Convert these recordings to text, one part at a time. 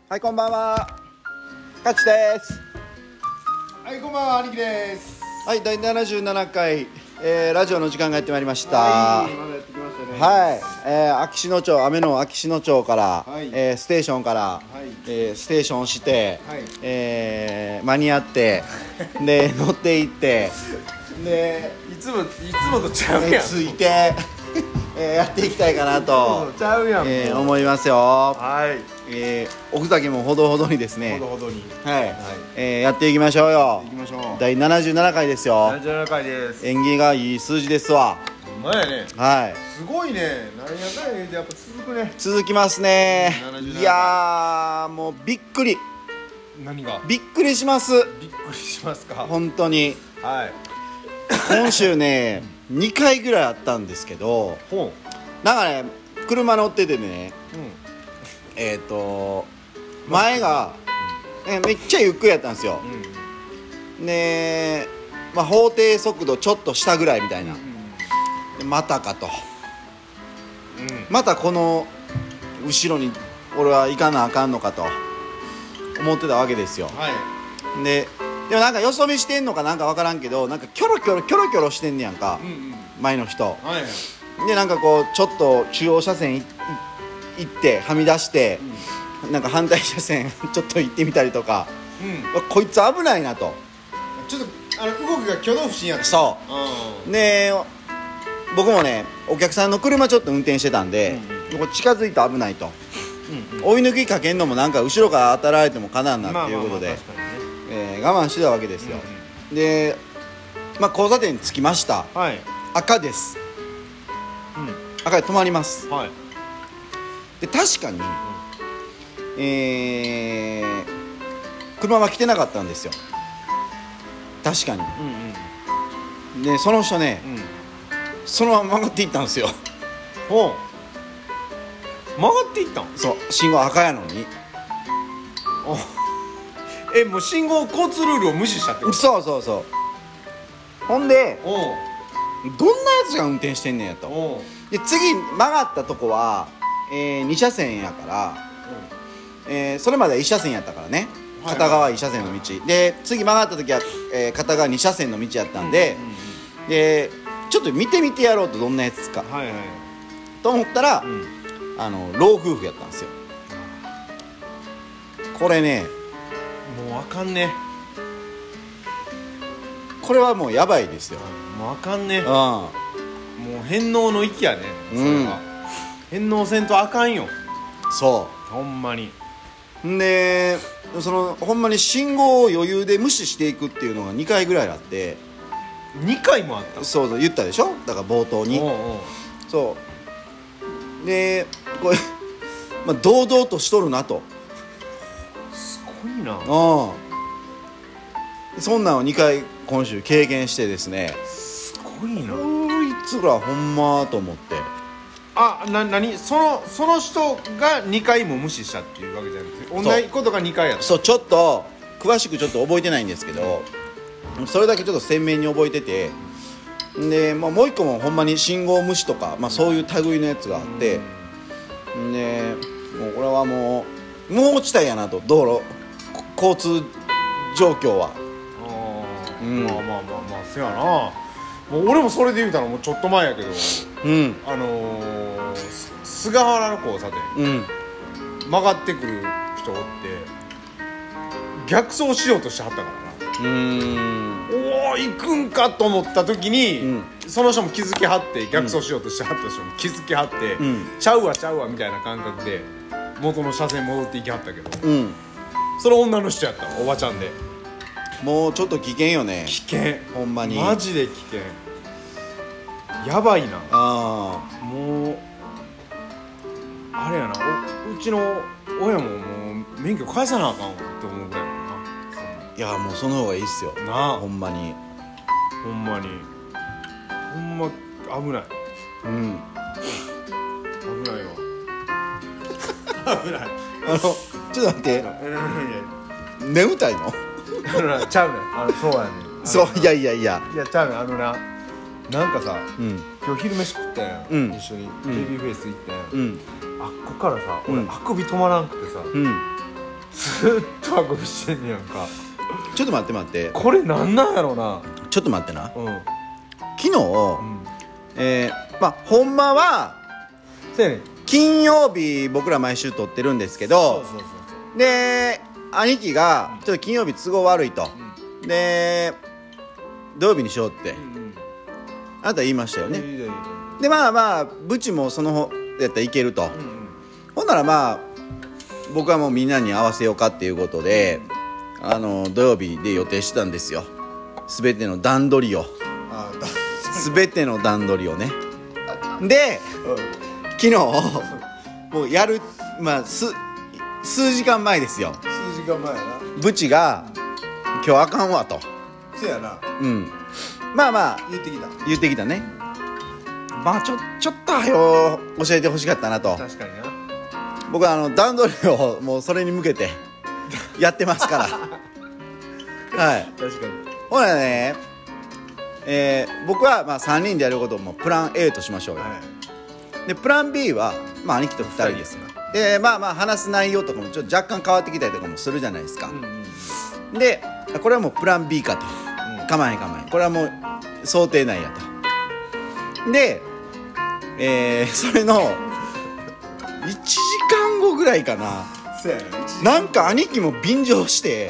はい、こんばんは。かちです。 はい、こんばんは、兄貴です。 はい、第77回、ラジオの時間がやってまいりました。 はい、まだやってきましたね。 はい、秋篠町、雨の秋篠町から、 はいステーションから、 はい、 ステーションして、 はい、 間に合って、で、乗って行って、で、 いつもとちゃうやん。 ついて、やっていきたいかなと、 ちゃうやん、 思いますよ。 はい。 おふざけもほどほどにですね、 ほどほどに。 はい、やっていきましょうよ。 行きましょう。 第77回ですよ。 77回です。 縁起がいい数字ですわ。 ほんまやね。 はい。 すごいね。なんやかんや言うてやっぱ続くね。 続きますね。 77 いやー、もうびっくりびっくりします。 びっくりしますか。 本当にはい。 今週ね2回ぐらいあったんですけど、 ほなんかね車乗っててね、前が、めっちゃゆっくりやったんですよ。で、法定速度ちょっと下ぐらいみたいな、でまたかと、またこの後ろに俺は行かなあかんのかと思ってたわけですよ。 はい。 でもなんかよそ見してんのかなんか分からんけど、なんかキョロキョロしてんねやんか、前の人。でなんかこうちょっと中央車線行ってはみ出して、なんか反対車線ちょっと行ってみたりとか、こいつ危ないなと。 ちょっと動きが挙動不審やった。 そうで僕もねお客さんの車ちょっと運転してたんで、こう近づいて危ないと、追い抜きかけんのもなんか後ろから当たられてもかなんなっていうことで我慢してたわけですよ。で交差点に着きました。赤です。赤で止まります。で確かに、車は来てなかったんですよ。確かに。でその人ね、そのまま曲がっていったんですよ。 曲がっていったん？ そう、信号赤やのに。 もう信号交通ルールを無視したってこと？ そうほんでどんなやつが運転してんねんやと。で次曲がったとこは、2車線やから、それまでは1車線やったからね、片側1車線の道で、次曲がった時は、片側2車線の道やったんで、でちょっと見てみてやろうと、どんなやつか、と思ったら、老夫婦やったんですよ。これねもうあかんね。 これはもうやばいですよ。 もうあかんね。もう返納の域やね。それは返納せんとあかんよ。 そうほんまに。 でほんまに信号を余裕で無視していくっていうのが2回ぐらいあって。 2回もあった。 そう言ったでしょ、だから冒頭に。そうでこれ堂々としとるなと。 すごいな。 そんなんを2回今週経験してですね、 すごいな。 こいつらほんまと思って。 何その人が2回も無視したっていうわけじゃなくて、同じことが2回やった。 そう、ちょっと詳しくちょっと覚えてないんですけど、それだけちょっと鮮明に覚えてて、で、もう一個もほんまに信号無視とか、そういう類のやつがあって、でもうこれはもう無法地帯やなと、道路交通状況は。 せやな。もう俺もそれで言うたのもうちょっと前やけど、菅原の交差点、曲がってくる人おって逆走しようとしてはったからな。おお、行くんかと思った時に、その人も気づきはって、逆走しようとしてはった人も気づきはって、ちゃうわみたいな感覚で元の車線戻って行きはったけど、それ女の人やったの、おばちゃんで。 もうちょっと危険よね。 危険、 ほんまにマジで危険。やばいな。もうあれやな、うちの親ももう免許返さなあかんわって思うぐらいやな。 いやもうその方がいいっすよなあ。 ほんまにほんま危ない。危ないわ。危ない。 ちょっと待って、眠たいの？ ちゃうねん。そうやねん。 そう、いやちゃうねん。なんかさ、今日昼飯食ったやん、一緒にベビーフェイス行ったやん。あっこからさ、俺あくび止まらんくてさ、 ずっとあくびしてんねやんか。 ちょっと待ってこれなんなんやろうな。 ちょっと待ってな、 うん、 昨日、まあほんまはせやねん。 金曜日僕ら毎週撮ってるんですけど、 そうで兄貴がちょっと金曜日都合悪いと、で土曜日にしようってあなた言いましたよね。でまあブチもそのやったらいけると、ほんならまあ僕はもうみんなに合わせようかっていうことで土曜日で予定してたんですよ。全ての段取りを全ての段取りをね。で昨日もうやるまあ数時間前ですよ。 数時間前やな。 ブチが今日あかんわと。 せやな。 まあ言ってきたね。まあちょっとはよ教えてほしかったなと。 確かにな。 僕は段取りをもうそれに向けてやってますからはい。 確かに。 ほらね僕はまあ3人でやることをもうプラン A としましょうよ、でプラン B はまあ兄貴と2人ですよ。でまあ話す内容とかもちょっと若干変わってきたりとかもするじゃないですか、でこれはもうプラン B かと、構えこれはもう想定内やと。でそれの1時間後ぐらいかな、なんか兄貴も便乗して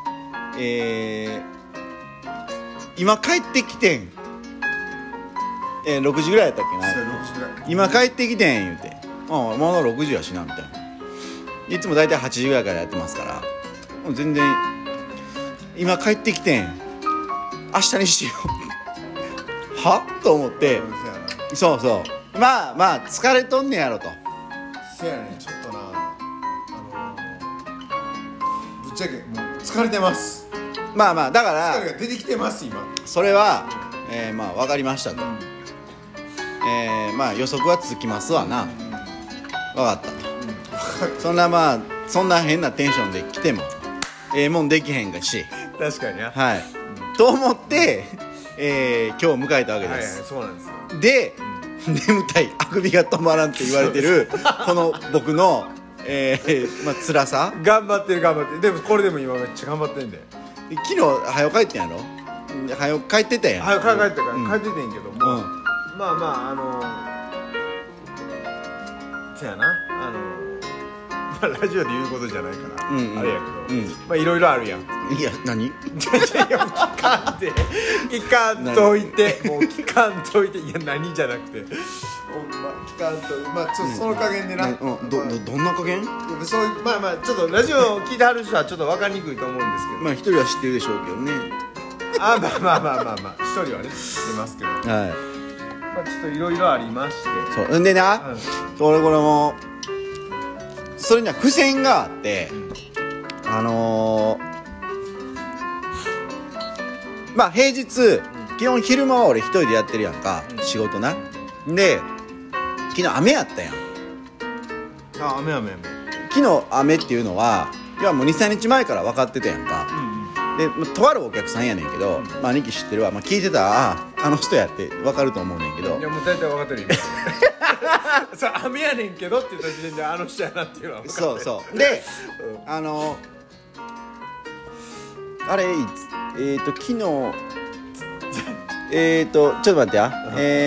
今帰ってきてん、6時ぐらいやったっけな。今帰ってきてん言うて、まだ6時やしなみたいな。いつも大体8時ぐらいからやってますから、もう全然今帰ってきてん、明日にしようはと思って、そうまあ疲れとんねやろと。 せやねん。ちょっとなぶっちゃけもう疲れてます。 まあだから疲れが出てきてます今。 それはまあ分かりましたと、まあ予測はつきますわな、分かったと、そんな変なテンションで来てももんできへんがし、 確かにな。 はい、と思って今日迎えたわけです。 そうなんですよ。 で、眠たい、あくびが止まらんって言われてるこの僕のまあ辛さ。 頑張ってる。でもこれでも今めっちゃ頑張ってんで。 昨日早帰ってんやろ。早帰ってたやん。 早帰ってたから帰っててんけども、まあせやな、まあラジオで言うことじゃないから、あれやけど、まあいろいろあるやん。 いや何？ 聞かんといて、もう聞かんといて、いや何じゃなくて、聞かんと、まあちょっとその加減でな。 どんな加減？ そういうまあちょっとラジオ聞いてはる人はちょっと分かりにくいと思うんですけど、 まあ一人は知ってるでしょうけどね。 まあ一人はね知ってますけど、まあちょっといろいろありまして、 そうでな、俺これもそれには付箋があって、まあ平日基本昼間は俺一人でやってるやんか、仕事な。で昨日雨やったやん。 雨昨日雨っていうのはもう 2,3 日前から分かってたやんか、でとあるお客さんやねんけど、まあ兄貴知ってるわ、まあ、聞いてたらあの人やって分かると思うねんけど、 いやもう大体分かってるよそう雨やねんけどって言った時点であの人やなっていうのは分かってる。 そうで、あれ昨日ちょっと待ってや、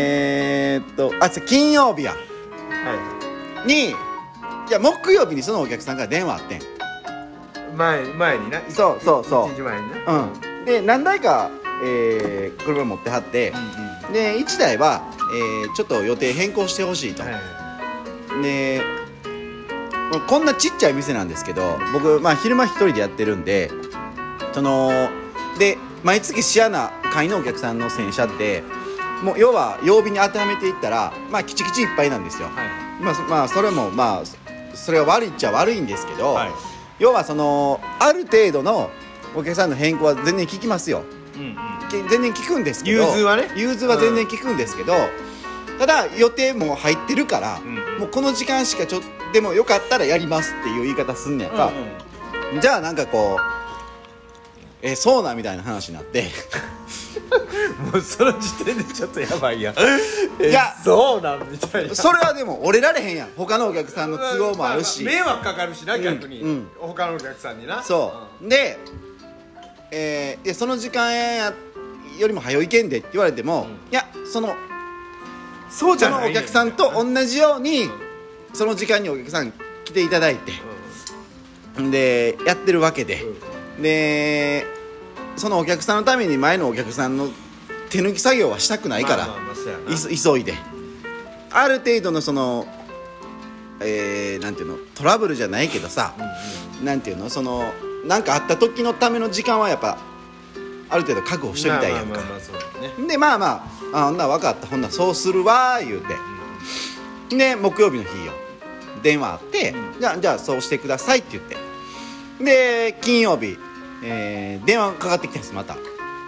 金曜日や、に木曜日にそのお客さんから電話あってん。 前にな。 そう 1日前にな。 で何台か、車持ってはって、で1台は、ちょっと予定変更してほしいと、でこんなちっちゃい店なんですけど、僕、昼間一人でやってるんで、で毎月シアな会のお客さんの洗車ってもう要は曜日に当てはめていったらキチキチいっぱいなんですよ、それもそれが悪いっちゃ悪いんですけど、要はある程度のお客さんの変更は全然効きますよ、全然効くんですけど、融通は全然効くんですけど、ただ予定も入ってるから、もうこの時間しかでもよかったらやりますっていう言い方すんねやんか、じゃあなんかこうそうなみたいな話になってもうその時点でちょっとやばいやん。 いやそうなんみたいな。 それはでも折れられへんやん、他のお客さんの都合もあるし、 迷惑かかるしな、逆に、 うん他のお客さんにな。 そう、で、その時間よりも早いけんでって言われても、いやそうじゃないそのお客さんと同じように、その時間にお客さん来ていただいて、でやってるわけで、でそのお客さんのために前のお客さんの手抜き作業はしたくないから、急いである程度のそのなんていうの、トラブルじゃないけどさ、なんていうの、なんかあった時のための時間はやっぱある程度確保しときたいやんか。でまあほんなら分かった、ほんならそうするわ言うて、で木曜日の日よ電話あって、じゃあそうしてくださいって言って、で金曜日、電話かかってきたんです、また。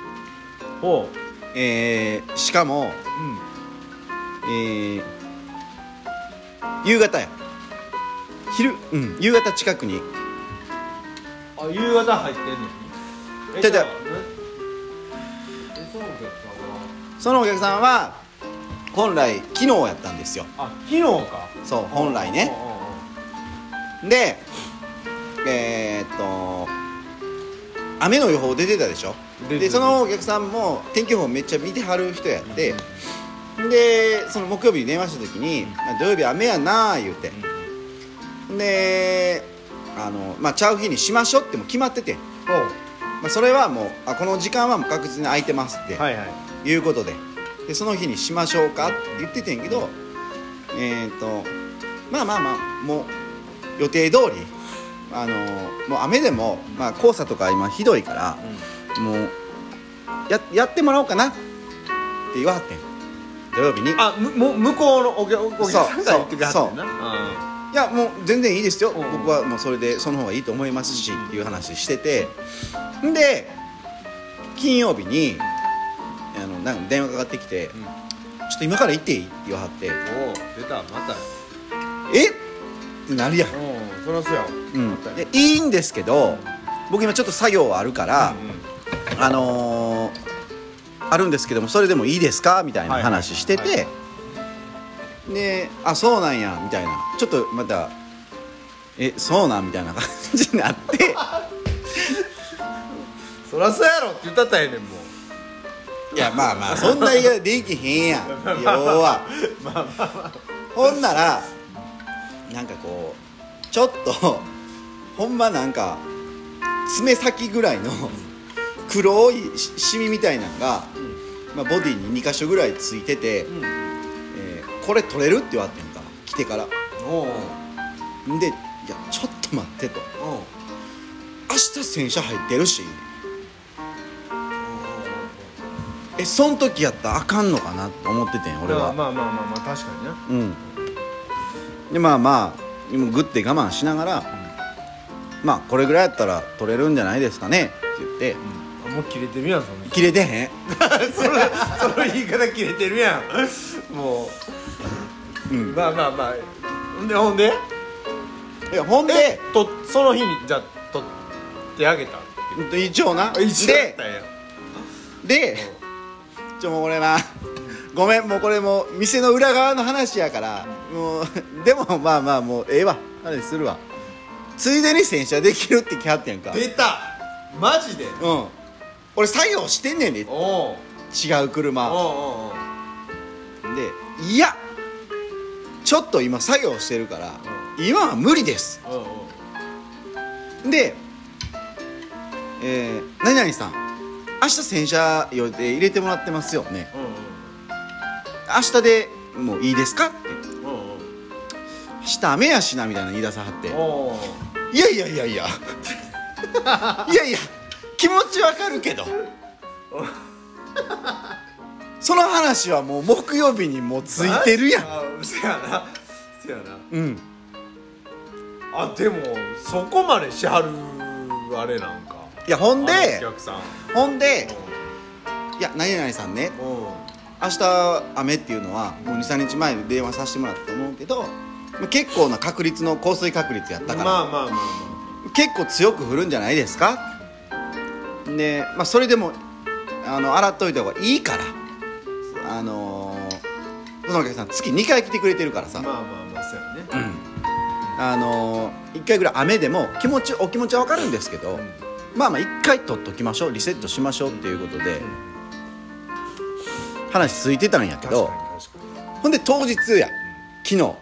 しかも、夕方や、夕方近くに。 あ、夕方入ってんのに。 そのお客さんは本来昨日やったんですよ。 あ、昨日か。 そう、本来ね。で雨の予報出てたでしょ。でそのお客さんも天気予報めっちゃ見てはる人やって、でその木曜日に電話した時に、土曜日雨やな言うて、でちゃう日にしましょうっても決まってて、それはもうこの時間はもう確実に空いてますっていうことで、でその日にしましょうかって言っててんけど、もう予定通りもう雨でも、黄砂とか今ひどいから、もうやってもらおうかなって言わはってん、土曜日に。 向こうのお客さんが言ってくれはってんな。 いやもう全然いいですよ、僕はもうそれでその方がいいと思いますし、っていう話してて、で金曜日になんか電話かかってきて、ちょっと今から行っていいって言わはって、 出た、またえってなるやん。 そりゃそうやん、でいいんですけど、僕今ちょっと作業あるから、あるんですけども、それでもいいですかみたいな話してて、でそうなんやみたいな、ちょっとまたそうなんみたいな感じになってそりゃそうやろって言ったったらええねん、もう。 いやそんな言い方できへんやん要は。ほんならなんかこうちょっとほんまなんか爪先ぐらいの黒いシミみたいなのが、ボディに2箇所ぐらいついてて、これ取れるって言われてんか、来てから。で、いやちょっと待ってと、明日洗車入ってるし、そん時やったらあかんのかなと思っててん俺は。 確かにな。 で今グッて我慢しながら、これぐらいやったら取れるんじゃないですかねって言って、 もう切れてるやん、その切れてへんその言い方切れてるやん、もう。ほんでいやほんでその日にじゃあ取ってあげたっていう。 一応なでもう俺なごめん、もうこれもう店の裏側の話やから、もうでももうええわ、話するわ。ついでに洗車できるって来はってんか。 出た、マジで。 俺作業してんねんで、違う車で、いやちょっと今作業してるから、今は無理ですで、何々さん明日洗車予定入れてもらってますよね、明日でもういいですかって言って、明日雨やしなみたいな言い出さはって、いやいや気持ちわかるけどその話はもう木曜日にもうついてるやん。 せやなでもそこまでしはるあれなんか。 いやほんでいや何々さんね、明日雨っていうのはもう 2,3 日前に電話させてもらったと思うけど、結構な確率の降水確率やったから、結構強く降るんじゃないですか。で、それでも洗っといた方がいいから、そのお客さん月2回来てくれてるからさ、 まあそうやね、 1回ぐらい雨でもお気持ちは分かるんですけど、まあ1回取っときましょう、リセットしましょうっていうことで話ついてたんやけど、ほんで当日や昨日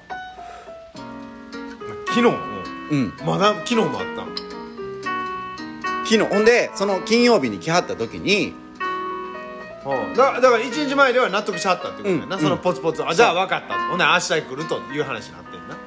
まだ昨日もあったん。 昨日ほんでその金曜日に来はった時にだから1日前では納得しはったってことやな、そのポツポツ、じゃあ分かったほんなら明日来るという話になってんな。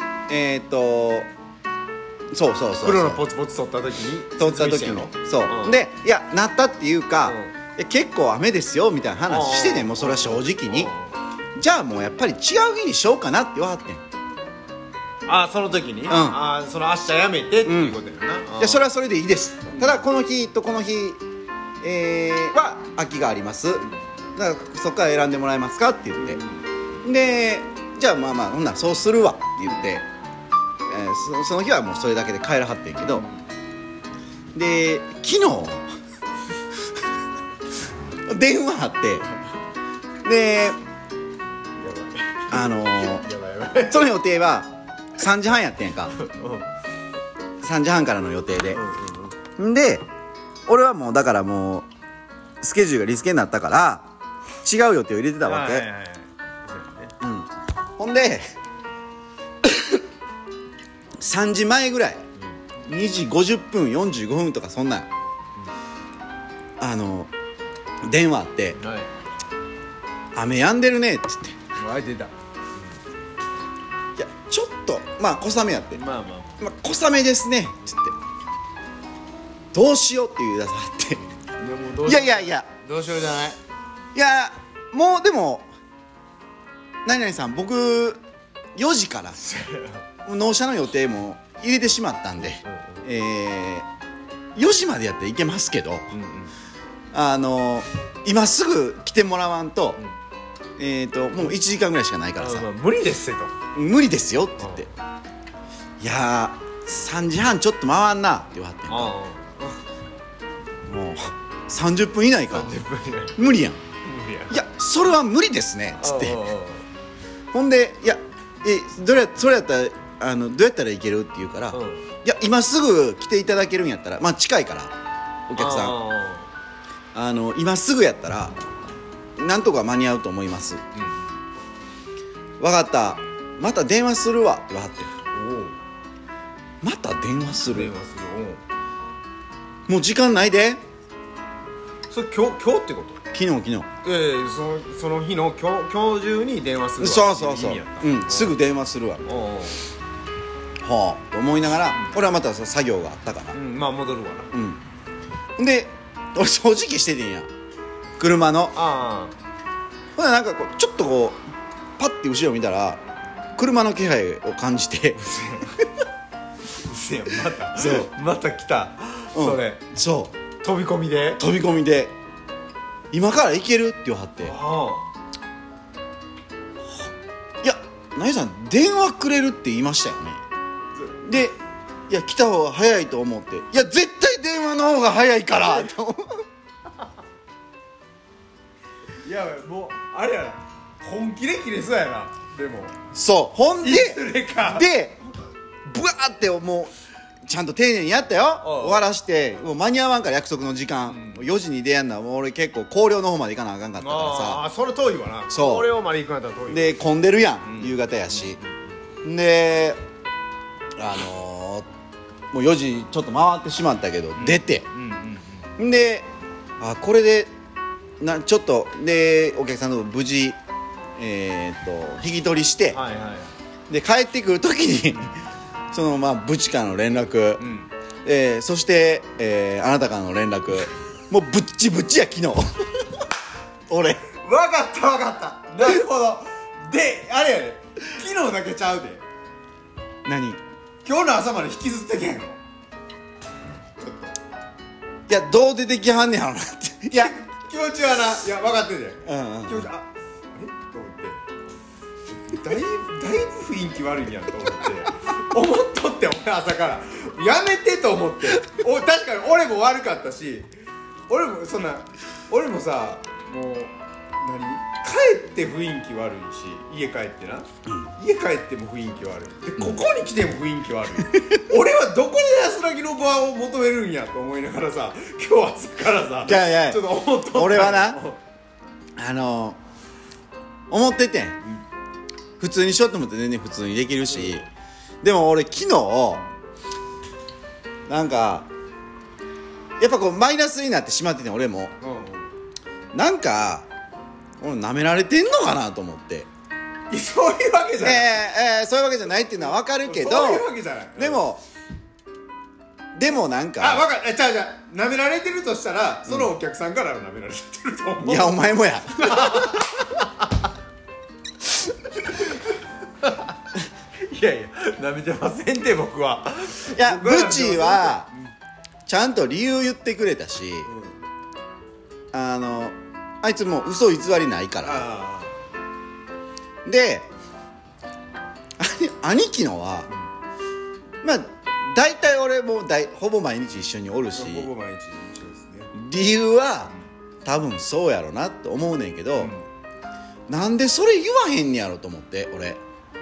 そう黒のポツポツ取った時にそう、でいやなったっていうか、結構雨ですよみたいな話してね、もうそれは正直に、じゃあもうやっぱり違う日にしようかなって言わはってん。 その時に、その明日やめてっていうことやな、 いやそれはそれでいいです。ただこの日とこの日、は空きがあります、だからそこから選んでもらえますかって言って、でじゃあまあほんならそうするわって言って、その日はもうそれだけで帰らはってんけど、で昨日電話あってでその予定は3時半やってんやんか3時半からの予定で、で俺はもうだからもうスケジュールがリスケになったから違う予定を入れてたわけ、ほんで3時前ぐらい、2時50分45分とかそんなん電話あって、雨止んでるねっつって、 出た、 いやちょっと小雨やって、小雨ですねっつって、どうしようって言い出さはって、いやどうしようじゃない、 いやもうでも何々さん僕4時から納車の予定も入れてしまったんで、4時までやっていけますけど、今すぐ来てもらわんと、もう1時間ぐらいしかないからさ、 無理ですよと、 無理ですよって言って、いや3時半ちょっと回んなって言わはってんか、もう30分以内か無理やん、いやそれは無理ですねっつって、ほんでいやそれやったらどうやったらいけるって言うから、いや今すぐ来ていただけるんやったら近いからお客さん今すぐやったらなんとか間に合うと思います、分かったまた電話するわって言わはって、また電話するもう時間ないで、 それ今日ってこと？ 昨日その日の今日中に電話するわ、 そうすぐ電話するわはあと思いながら、俺はまた作業があったから、 戻るわな、で俺正直しててんや車の、ほななんかこうちょっとこうパッて後ろ見たら車の気配を感じてまた来た、それそう飛び込みで今から行けるって言わはって、いや何さん電話くれるって言いましたよね、でいや来た方が早いと思って、いや絶対電話の方が早いからといやもうあれやな、本気で切れそうやな、でもそうほんででブワーってもうちゃんと丁寧にやったよ、終わらしてもう間に合わんから約束の時間、4時に出やんのはもう俺結構広陵の方まで行かなあかんかったからさ、 それ遠いわな、 そう広陵まで行くんやったら遠いで混んでるやん、夕方やし、でもう4時ちょっと回ってしまったけど、出て、でこれでちょっとでお客さんの無事引き取りして、で帰ってくる時にそのブチからの連絡、そして、あなたからの連絡もうぶっちぶちや昨日俺分かったなるほど、であれやね、昨日だけちゃうで、 何今日の朝まで引きずってけんの、ちょっといやどう出てきはんねやろなっていや気持ちはな、いや分かってて、気持ちあれと思ってだいぶ雰囲気悪いんやと思っとって、俺朝からやめてと思って確かに俺も悪かったし、 俺もさもう帰って雰囲気悪いし家帰ってな、家帰っても雰囲気悪いで、ここに来ても雰囲気悪い俺はどこで安らぎの場を求めるんやと思いながらさ今日朝からさいやちょっと思っとった俺はな思っててん、普通にしようと思って全然普通にできるし、でも俺昨日なんかやっぱこうマイナスになってしまってて俺も、なんか俺舐められてんのかなと思って。 そういうわけじゃない、 そういうわけじゃないっていうのは分かるけど、 そういうわけじゃない、 でもなんか分かる、じゃあ舐められてるとしたらそのお客さんから舐められてると思う、 いやお前もやいやいや舐めてませんって僕は。 いやブチはちゃんと理由言ってくれたし、あいつもう嘘偽りないからで、兄貴のは、まあ大体俺もほぼ毎日一緒におるし、 ほぼ毎日一緒ですね。 理由は多分そうやろなって思うねんけど、なんでそれ言わへんねやろと思って俺。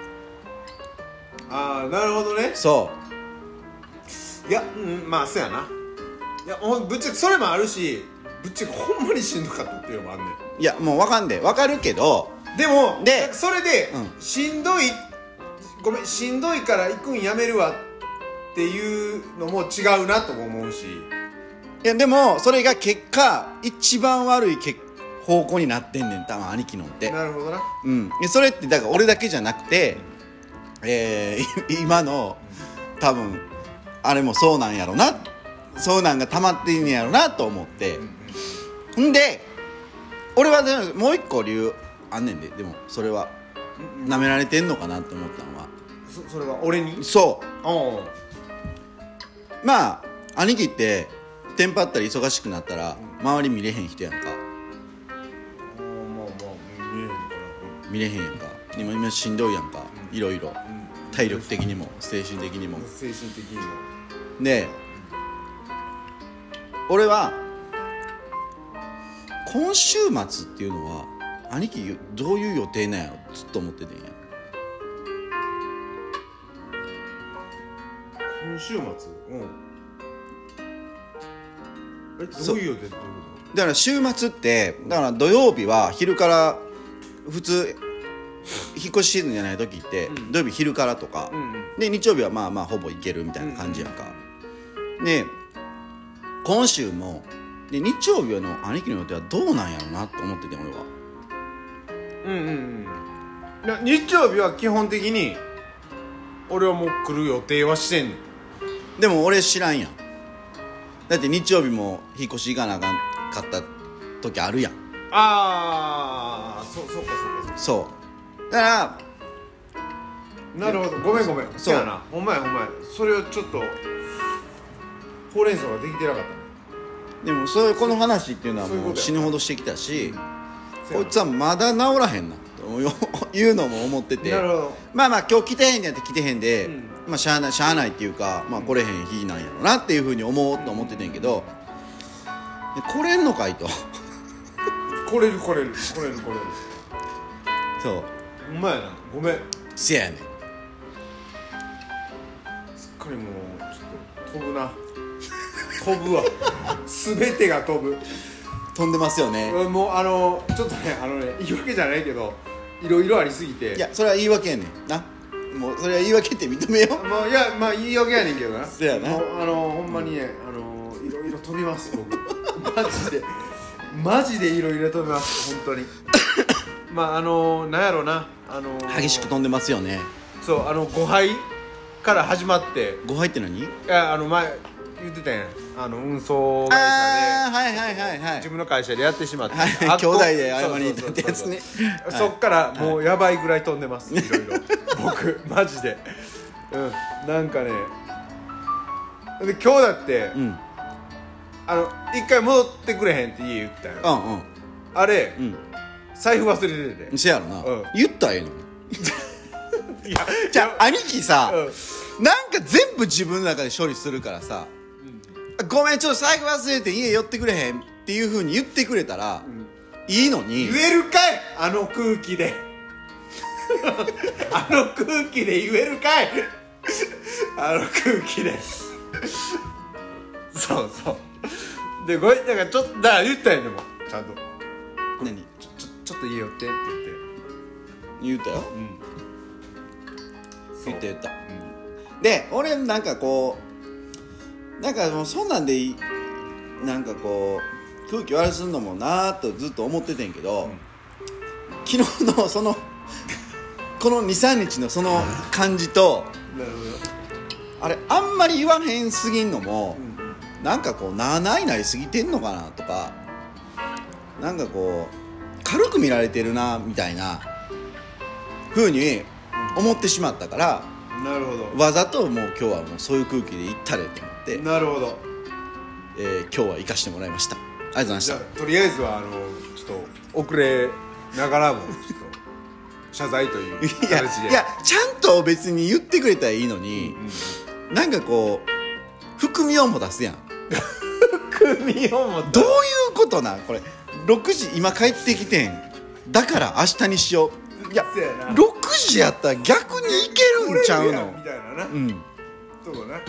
ああなるほどね。 そういや、まあそうやな。いやぶっちゃけそれもあるし、ぶっちゃけほんまにしんどかったっていうのもあんねん。 いやもう分かるけど、 でもでそれで、しんどいごめんしんどいから行くんやめるわっていうのも違うなとも思うし、 いやでもそれが結果一番悪い方向になってんねん多分兄貴のって。 なるほどな。 でそれってだから俺だけじゃなくて、今の多分あれもそうなんやろな、そうなんが溜まってんねやろなと思って、んで俺はでももう一個理由あんねんで。でもそれは舐められてんのかなって思ったのは、 それは俺にそうまあ兄貴ってテンパったり忙しくなったら周り見れへん人やんか。見れへんやんか。今しんどいやんか、いろいろ体力的にも精神的にも。で俺は今週末っていうのは兄貴どういう予定なんやろずっと思っててんや。 今週末どういう予定ってどういうこと？ だから週末ってだから土曜日は昼から普通引っ越しシーズンじゃない時って、土曜日昼からとか、で日曜日はまあまあほぼ行けるみたいな感じやんか。で今週もで日曜日の兄貴の予定はどうなんやろなって思ってて俺は。 日曜日は基本的に俺はもう来る予定はしてんねん。 でも俺知らんやん。だって日曜日も引っ越し行かなあかんかった時あるやん。 ああそうかそうだからなるほど、ごめんそうやな、ほんまやそれをちょっとほうれん草ができてなかったね。 でもこの話っていうのはもう死ぬほどしてきたし、こいつはまだ治らへんなというのも思ってて、 なるほど。 まあ今日来てへんねんって来てへんで、まあしゃあないっていうか、まあ来れへん日なんやろなっていうふうに思っててんけど、来れんのかいと来れるそうほんまやな、ごめんせやねん。 すっかりもうちょっと飛ぶな飛ぶわ全てが飛ぶ。 飛んでますよね。 もうちょっとね言い訳じゃないけどいろいろありすぎて。 いやそれは言い訳やねんな。もうそれは言い訳って認めよう。 いやまあ言い訳やねんけどな。 そうやな。 ほんまにねいろいろ飛びます僕マジでいろいろ飛びます本当にまあなんやろな激しく飛んでますよね。 そう5杯から始まって。 5杯って何？いや前言ってたやん運送会社で自分の会社でやってしまって、 兄弟で謝りに行ったってやつね。 そっからもうやばいぐらい飛んでますいろいろ僕マジでなんかねで今日だって一回戻ってくれへんって家言ったよ。あれ財布忘れてて。 せやろな。言ったらええのにじゃあ兄貴さなんか全部自分の中で処理するからさ、ごめんちょっと財布忘れて家寄ってくれへんっていう風に言ってくれたら、いいのに言えるかいあの空気であの空気で言えるかいあの空気でそうそうでごめんだからちょっとだから言ったんやでもちゃんと何ちょっと言えよってって言ったよ、 言って言った、で俺なんかこうなんかもうそんなんでなんかこう空気悪すんのもなーとずっと思っててんけど、昨日のそのこの 2,3 日のその感じとなるほあれあんまり言わへんすぎんのも、なんかこうなあないなりすぎてんのかなとかなんかこう軽く見られてるなみたいな風に思ってしまったから、 なるほどわざともう今日はもうそういう空気で行ったれと思って、 なるほど、 今日は行かしてもらいました。ありがとうございましじゃた。 あとりあえずはちょっと遅れながらもちょっと謝罪という形でいやちゃんと別に言ってくれたらいいのに、なんかこう含みをも出すやん組をもどういうことなんこれ6時今帰ってきてんだから明日にしよう。いや6時やったら逆にいけるんちゃうのみたいなな、そうな、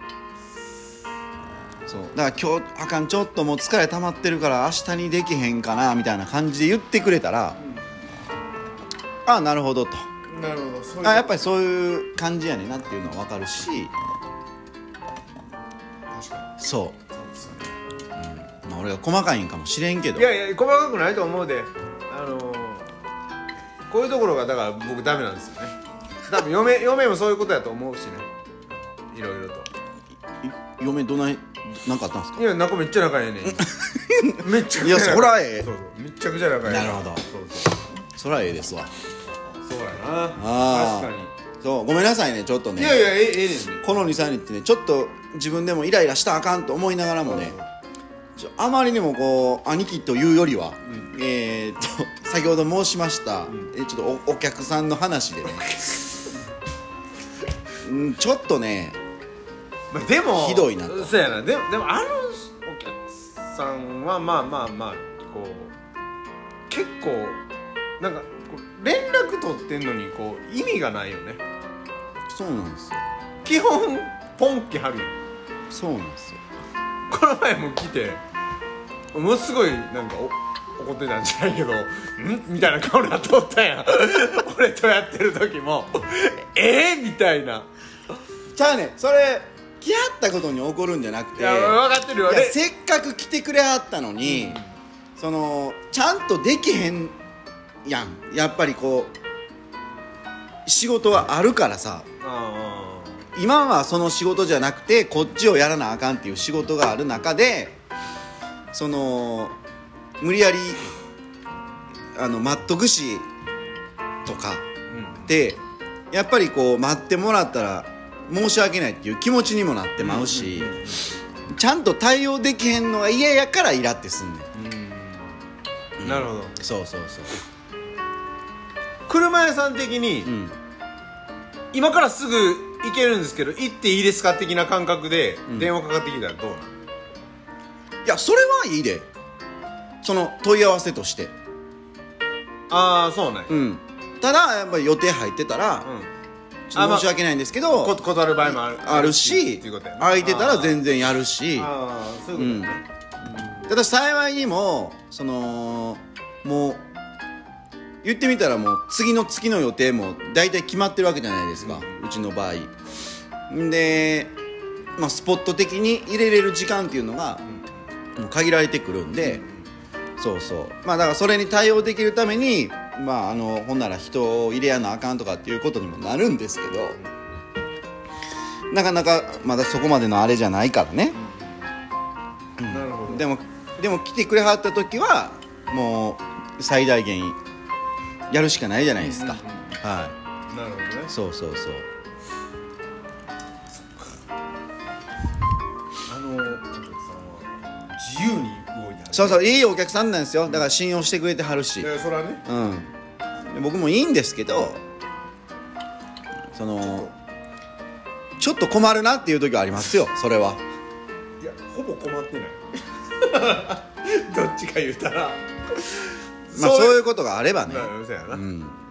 そうだから今日あかんちょっともう疲れ溜まってるから明日にできへんかなみたいな感じで言ってくれたら、ああなるほどと、 なるほど、そういうやっぱりそういう感じやねんなっていうのは分かるし、 確かにそうそうですね、 まあ、俺が細かいんかもしれんけど、 いやいや細かくないと思うで、こういうところがだから僕ダメなんですよね。多分嫁もそういうことやと思うしね、いろいろと。 嫁どないなんかあったんですか。 いや仲めっちゃ仲ええねんめっちゃくちゃ仲ええ、 いやそらええ、 そうめっちゃくちゃ仲ええ、 なるほど、そらええですわ。 そうやな、 あ確かに。 そうごめんなさいねちょっとね、 いやいやええねんね、 この 2,3 日ねちょっと自分でもイライラしたらあかんと思いながらもね、あまりにもこう兄貴というよりは、先ほど申しました、ちょっと お客さんの話でねちょっとね、 まあ、でもひどいなと。 そうやな、でもお客さんはまあこう結構なんかこう連絡取ってんのにこう意味がないよね。 そうなんですよ、 基本ポンキ張るよ。 そうなんですよ。 この前も来てものすごいなんか怒ってたんじゃないけどんみたいな顔になっとったやん俺とやってる時もみたいな。 じゃあねそれ来はったことに怒るんじゃなくて、 いや分かってるよね。 せっかく来てくれはったのに、そのちゃんとできへんやん。やっぱりこう仕事はあるからさ、今はその仕事じゃなくてこっちをやらなあかんっていう仕事がある中で、その無理やり待っとくしとかで、やっぱりこう待ってもらったら申し訳ないっていう気持ちにもなってまうし、ちゃんと対応できへんのが嫌やからイラってすんねん。 なるほど。 そうそうそう。 車屋さん的に、今からすぐ行けるんですけど行っていいですか的な感覚で電話かかってきたらどうなの？ いやそれはいいで、その問い合わせとして。 ああそうね、 ただやっぱり予定入ってたら、ちょっと申し訳ないんですけど、 断る場合もあるし、空いてたら全然やるし、 そういうことね。 ただ幸いにもそのもう言ってみたらもう次の月の予定も大体決まってるわけじゃないですか、うちの場合で、スポット的に入れれる時間っていうのがもう限られてくるんで、そうそう、だからそれに対応できるためにほんなら人を入れやなあかんとかっていうことにもなるんですけど、なかなかまだそこまでのあれじゃないからね。 なるほど。 でも来てくれはった時はもう最大限やるしかないじゃないですか。はい。 なるほどね。 そうそうそう。 お客さんは自由に動いてはる。 そうそう、いいお客さんなんですよ。だから信用してくれてはるし、 それはね、 で僕もいいんですけど、そのちょっと困るなっていう時はありますよ。それは。 いやほぼ困ってないどっちか言うたらまあそういうことがあればね。 そうやな、なる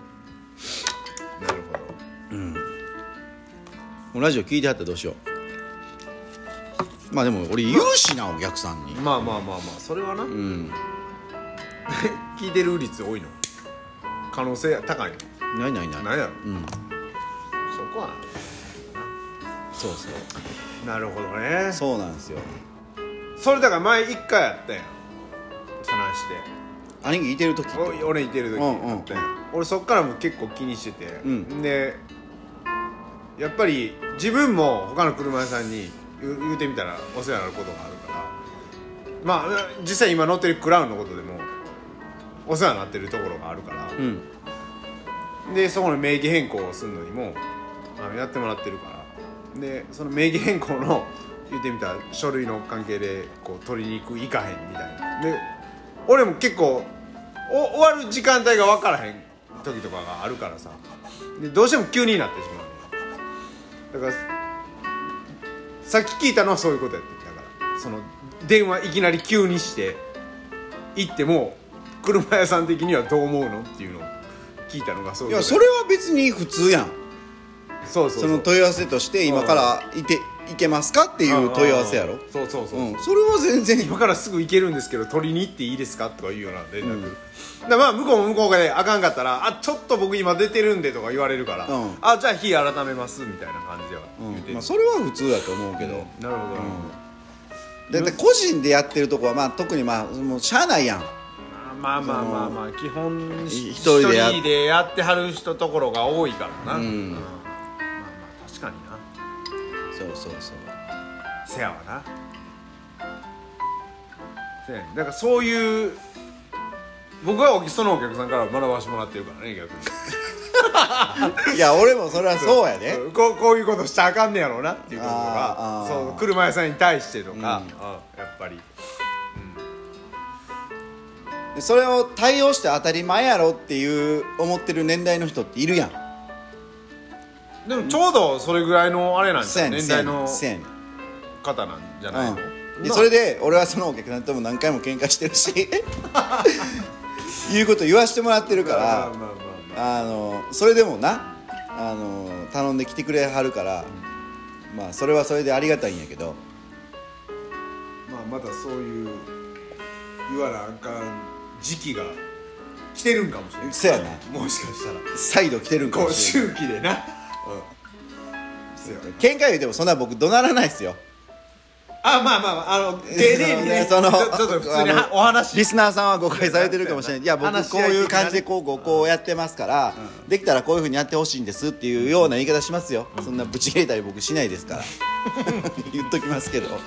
ほど。ラジオ聞いてはったらどうしよう。まあでも俺言うしな、お客さんに。 まあそれはな、聞いてる率多いの可能性高いのないやろ、そこはそうそうなるほどね。 そうなんですよ。 それだから前1回やったやん、そないして兄貴いてる時って俺いてる時やったやん、俺そっからも結構気にしてて、でやっぱり自分も他の車屋さんに言うてみたらお世話になることがあるから、まあ実際今乗ってるクラウンのことでもお世話になってるところがあるから、でそこの名義変更をするのにもやってもらってるから、でその名義変更の言ってみたら書類の関係でこう取りに行く行かへんみたいなで、俺も結構終わる時間帯が分からへん時とかがあるからさ、でどうしても急になってしまうね。だからさっき聞いたのはそういうことやってだからその電話いきなり急にして行っても車屋さん的にはどう思うのっていうのを聞いたのがそういうこと。 いやそれは別に普通やん。 その問い合わせとして今から行けますかっていう問い合わせやろ。 そう、 それは全然今からすぐ行けるんですけど取りに行っていいですかとかいうような連絡、だまあ向こうも向こうであかんかったらちょっと僕今出てるんでとか言われるから、じゃあ日改めますみたいな感じでは言うてる、 それは普通だと思うけど、 なるほど、 だって個人でやってるとこはまあ特にもうしゃあないやん。 まあ基本一人でやってはる人ところが多いからな、確かにな。そうせやわな。せやね。だからそういう僕はそのお客さんから学ばしてもらってるからね、逆にいや俺もそれはそうやで、 こういうことしちゃあかんねやろうなっていうことがそう車屋さんに対してとか、やっぱり、 それを対応して当たり前やろっていう思ってる年代の人っているやん。 でもちょうどそれぐらいのあれなんですよ、年代のせやねん方なんじゃないの、 でそれで俺はそのお客さんとも何回も喧嘩してるしいうこと言わしてもらってるから、それでもな頼んできてくれはるから、まあそれはそれでありがたいんやけど、 またそういう言わなあかん時期が来てるんかもしれない。 そうやな、 もしかしたら再度来てるんかもしれない。 周期でな、 喧嘩言うてもそんな僕怒鳴らないっすよ。 丁寧にね、ちょっと普通にお話、 リスナーさんは誤解されてるかもしれない。いや僕こういう感じでこうやってますから、できたらこういう風にやってほしいんですっていうような言い方しますよ。そんなブチ切れたり僕しないですから言っときますけど、はい。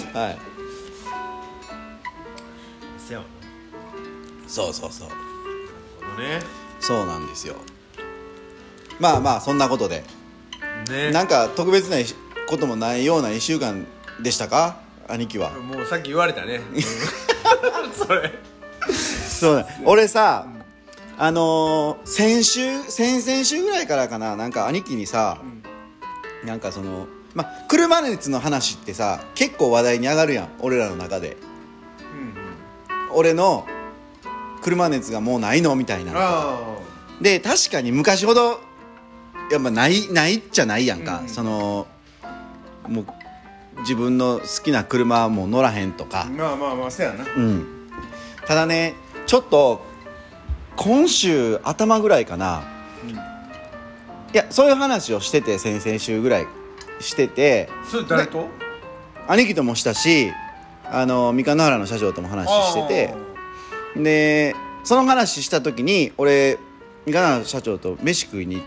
そう、 なるほどね。 そうなんですよ。まあそんなことで、なんか特別なこともないような1週間でしたか、兄貴は。 もうさっき言われたねそれそうだ、俺さ、先々週ぐらいからかな、なんか兄貴にさ、なんかその車熱の話ってさ結構話題に上がるやん、俺らの中で、俺の車熱がもうないのみたいな。で確かに昔ほどやっぱないっちゃないやんか、そのもう自分の好きな車はもう乗らへんとか。 そうやな。 ただね、ちょっと今週頭ぐらいかな、いやそういう話をしてて、先々週ぐらいしてて、 それ誰と？ 兄貴ともしたし、三日野原の社長とも話してて、でその話した時に俺三日野原社長と飯食いに行って、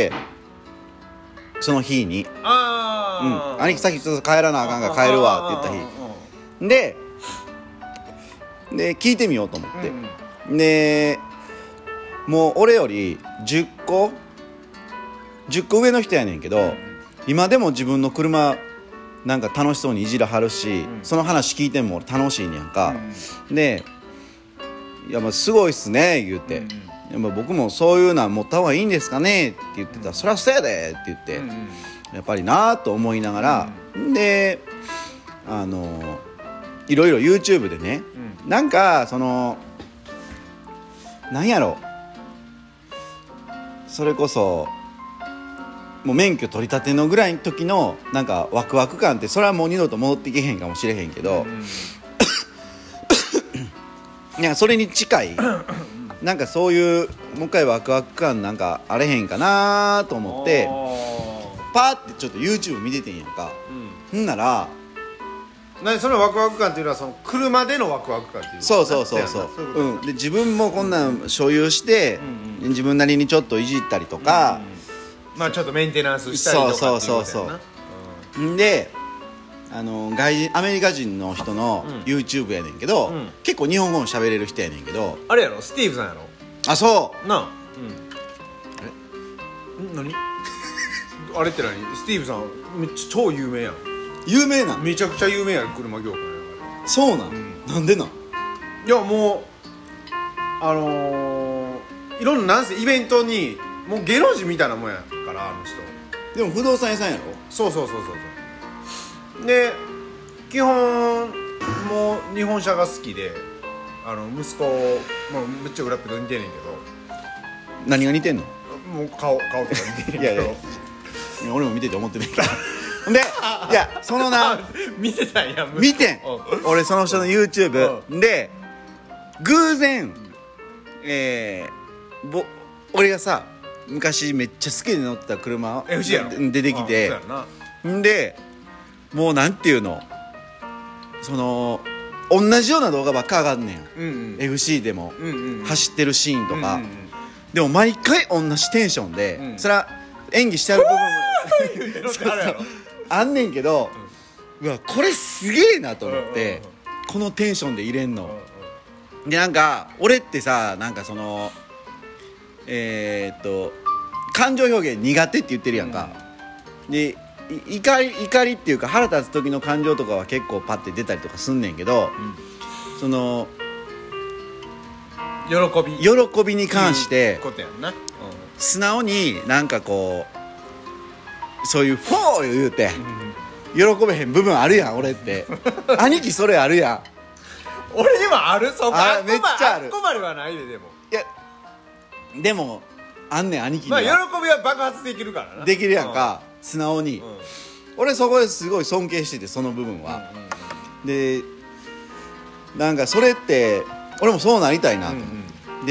その日に兄貴さっきちょっと帰らなあかんから帰るわって言った日で聞いてみようと思って、でもう俺より10個上の人やねんけど、今でも自分の車なんか楽しそうにいじらはるし、その話聞いても俺楽しいねやんか、でいやすごいっすね言うて、僕もそういうのは持った方がいいんですかねって言ってたら、そりゃそうやでって言って、やっぱりなと思いながら、でいろいろ YouTube でね、なんかそのなんやろ、それこそもう免許取り立てのぐらいの時のなんかワクワク感って、それはもう二度と戻っていけへんかもしれへんけど、なんかそれに近いなんかそういうもう一回ワクワク感なんかあれへんかなと思ってパーってちょっと YouTube 見ててんやんか、んならそのワクワク感っていうのはその車でのワクワク感っていう、 そうで自分もこんなん所有して、自分なりにちょっといじったりとか、 まあちょっとメンテナンスしたりとかっていうことやな。 で外人アメリカ人の人の YouTube やねんけど、結構日本語も喋れる人やねんけど、 あれやろ、スティーブさんやろ。 あ、そうなあ、何あれって何？スティーブさんめっちゃ超有名やん。 有名なん？ めちゃくちゃ有名やん、車業界やから。 そうなん、なんでなん？ いやもういろんななんせイベントにもう芸能人みたいなもんやからあの人。 でも不動産屋さんやろ？ そうで基本もう日本車が好きで、息子もうめっちゃ裏っぺと似てんねんけど。 何が似てんの？ もう顔とか似てんねんけど。いや俺も見てて思ってないからで、いやそのな見てたんや。 見てん俺その人の YouTube で偶然俺がさ昔めっちゃ好きで乗ってた車 FC やろ出てきて、んでもうなんていうの、その同じような動画ばっか上がんねん、FC でも、走ってるシーンとか、でも毎回同じテンションで、それは演技してある部分もあんねんけど、うわこれすげえなと思って、このテンションで入れんの、でなんか俺ってさ、なんかその感情表現苦手って言ってるやんか、で怒りっていうか腹立つ時の感情とかは結構パッて出たりとかすんねんけど、その喜びに関して素直になんかこうそういうフォー言うて喜べへん部分あるやん俺って兄貴それあるやん。 俺にもある、そこめっちゃある。 あっこまではないで。でもいやでもあんねん兄貴には。 まあ喜びは爆発できるからな。 できるやんか、素直に、俺そこですごい尊敬してて、その部分は、でなんかそれって俺もそうなりたいなと思って、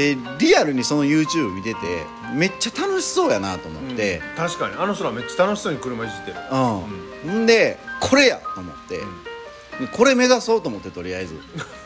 でリアルにその YouTube 見ててめっちゃ楽しそうやなと思って、 確かにあの人はめっちゃ楽しそうに車いじってる。 んでこれやと思って、これ目指そうと思って、とりあえず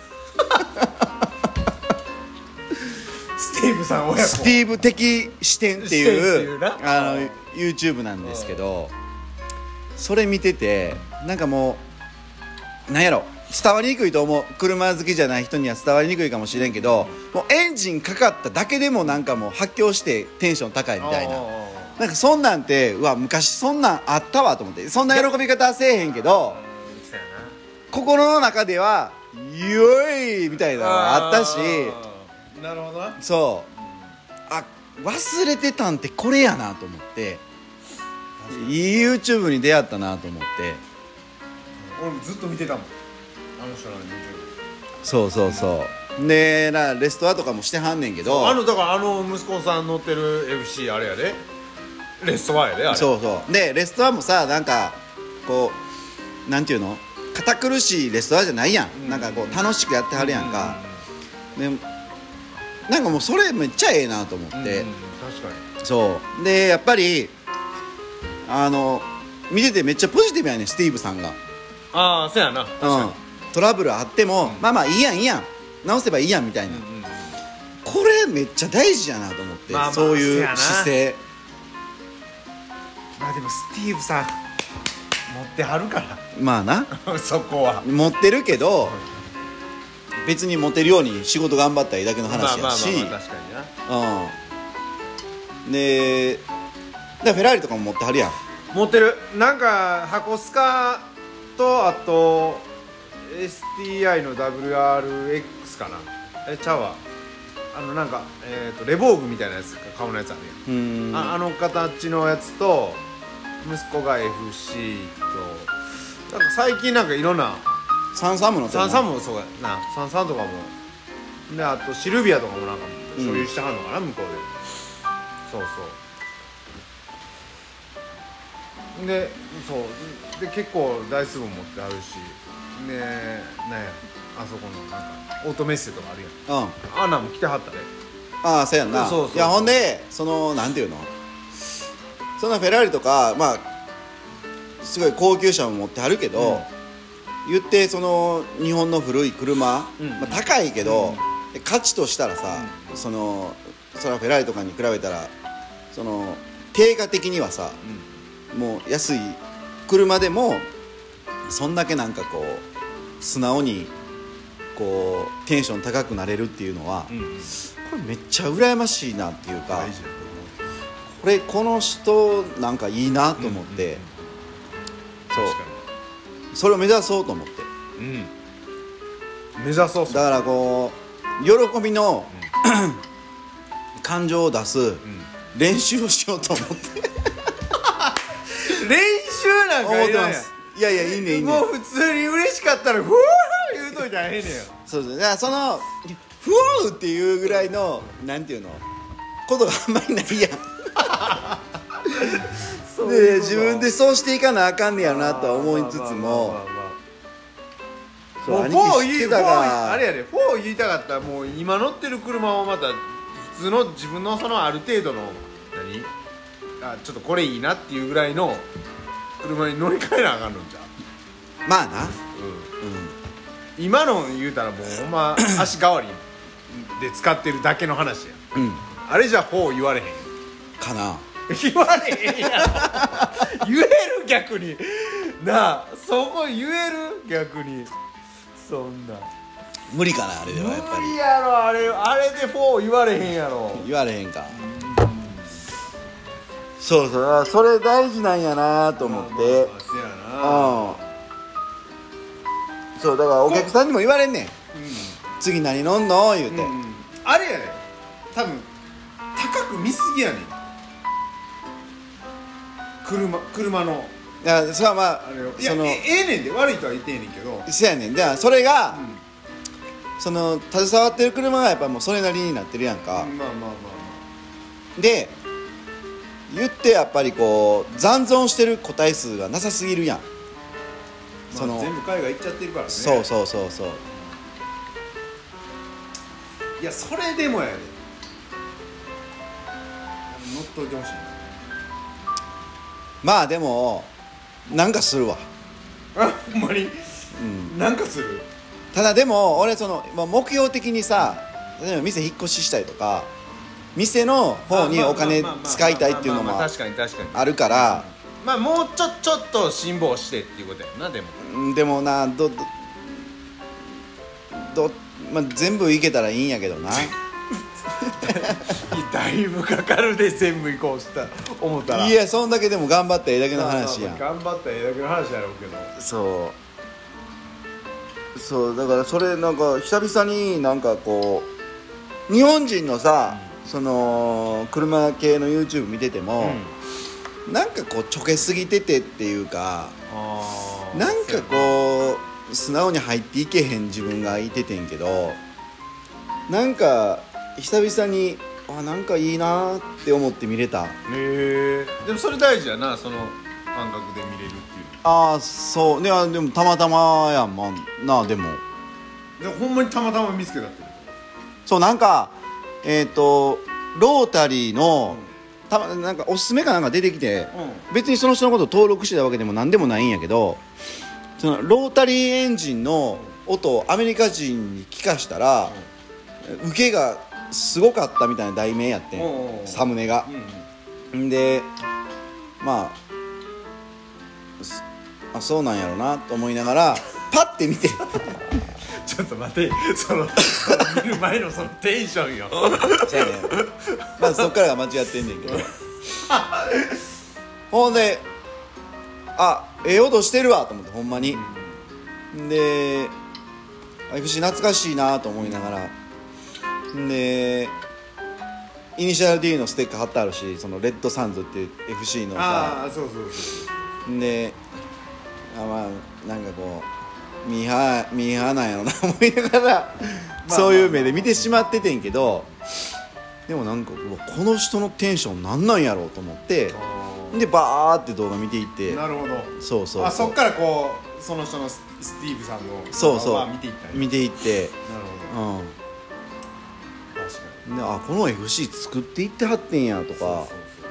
スティーブさん親子、 スティーブ的視点っていうYouTube なんですけど、それ見ててなんかもうなんやろ、伝わりにくいと思う、車好きじゃない人には伝わりにくいかもしれんけど、もうエンジンかかっただけでもなんかもう発狂してテンション高いみたいな、なんかそんなんて、うわ昔そんなんあったわと思って、そんな喜び方はせえへんけど心の中ではよいみたいなのがあったし、 なるほどな。 そう、あ、忘れてたんってこれやなと思って、いい YouTube に出会ったなと思って、 俺もずっと見てたもん、あの人の YouTube。 そうでレストアとかもしてはんねんけど、 だから息子さん乗ってる FC あれやで、レストアやであれ。 そうでレストアもさ、なんかこうなんていうの、堅苦しいレストアじゃないやん、なんかこう楽しくやってはるやんか、でなんかもうそれめっちゃええなと思って、 確かにそうでやっぱり見ててめっちゃポジティブやねん、スティーブさんが。 ああ、そうやな、確かに。 トラブルあっても、まあいいやん直せばいいやんみたいな、これめっちゃ大事やなと思って、そういう姿勢。 まあでもスティーブさん持ってはるからまあなそこは持ってるけど、別に持てるように仕事頑張ったらいいだけの話やし、 確かにな。 でフェラーリとかも持ってはるやん。 持ってる。なんか箱スカとあと STI の WRX かな、ちゃうわ、なんかレボーグみたいなやつ、顔のやつあるやん、形のやつと、息子が FC と、なんか最近なんかいろんな 33も乗ってるな。 33もそうやな、33とかもで、あとシルビアとかもなんか所有してはんのかな、向こうで。そうそうで、そうで結構台数も持ってあるし、でなんやあそこのなんかオートメッセとかあるやん、あんなんも来てはったね。 ああそうやんな。 そうそうそう。 いやほんでそのなんていうの、そんなフェラーリとかまあすごい高級車も持ってはるけど、言ってその日本の古い車、まあ、高いけど、価値としたらさ、それはフェラーリとかに比べたらその定価的にはさ、もう安い車でもそんだけなんかこう素直にこうテンション高くなれるっていうのは、これめっちゃ羨ましいなっていうか、この人なんかいいなと思って、そうそれを目指そうと思って、 目指そう。 だからこう喜びの、感情を出す練習をしようと思って練習なんかいらんやん。 思ってます。いやいやいいねいいね。 もう普通に嬉しかったらふわー言うといたらええねんよ。 そうそう、だからそのふわーっていうぐらいのなんていうのことがあんまりないやんで自分でそうしていかなあかんねやなとは思いつつも、 そう兄貴知ってたからあれやで、4言いたかったらもう今乗ってる車をまた普通の自分のそのある程度のちょっとこれいいなっていうぐらいの車に乗り換えなあかんのんちゃう。 まあな、 今の言うたらもうほんま足代わりで使ってるだけの話や、あれじゃ4言われへんかな。 言われへんやん言える逆になあ、そこ言える逆に。そんな無理かなあれではやっぱり。 無理やろあれで4言われへんやろ。 言われへんか。そうそう、それ大事なんやなと思って。そうだからお客さんにも言われんねん、次何乗んの言うて、 あれやね、多分高く見すぎやねん、車の。 いやそれはまあいやええねんで、悪いとは言ってんねんけど。 そうやねん。じゃあそれが、その携わってる車がやっぱもうそれなりになってるやんか。で言ってやっぱりこう残存してる個体数がなさすぎるやん、 その全部海外行っちゃってるからね。 そういやそれでもやで、乗っといてほしいな。 まあでもなんかするわほんまに、なんかする。 ただでも俺その、目標的にさ、例えば店引っ越ししたりとか店の方にお金使いたいっていうのもあるから、 まあもうちょっと辛抱してっていうことやな。でもでもなまあ、全部いけたらいいんやけどなだいぶかかるで全部行こうした思ったら。 いやそんだけでも頑張ったらええだけの話やん。 頑張ったらええだけの話やろうけど。 そうだからそれなんか久々になんかこう日本人のさ、その車系の YouTube 見てても、なんかこうちょけすぎててっていうか、なんかこう素直に入っていけへん自分がいててんけど、なんか久々になんかいいなって思って見れた。 でもそれ大事やな、その感覚で見れるっていう。 そうでもたまたまやんまな。でもほんまにたまたま見つけたってこと。 そうなんかロータリーの、なんかおすすめかなんか出てきて、別にその人のことを登録してたわけでも何でもないんやけど、そのロータリーエンジンの音をアメリカ人に聞かしたら、受けがすごかったみたいな題名やってん、サムネが。でまあそうなんやろなと思いながらパッて見てちょっと待て、その見る前のそのテンションよそうやね、まずそっからが間違ってんねんけどほんでええ音してるわと思って、ほんまに。で FC 懐かしいなと思いながら、でイニシャル D のステッカー貼ってあるし、そのレッドサンズっていう FC のさ、 そうでまあなんかこミーハーなんやろな思いながらそういう目で見てしまっててんけど、でもなんかこの人のテンションなんなんやろうと思ってでバーって動画見ていって、 なるほど。 そうそうそう、 あ、そっからこうその人のスティーブさんのそうそう見ていったんや。 見ていって、 なるほど、確かに。 でこの FC 作っていってはってんやとか、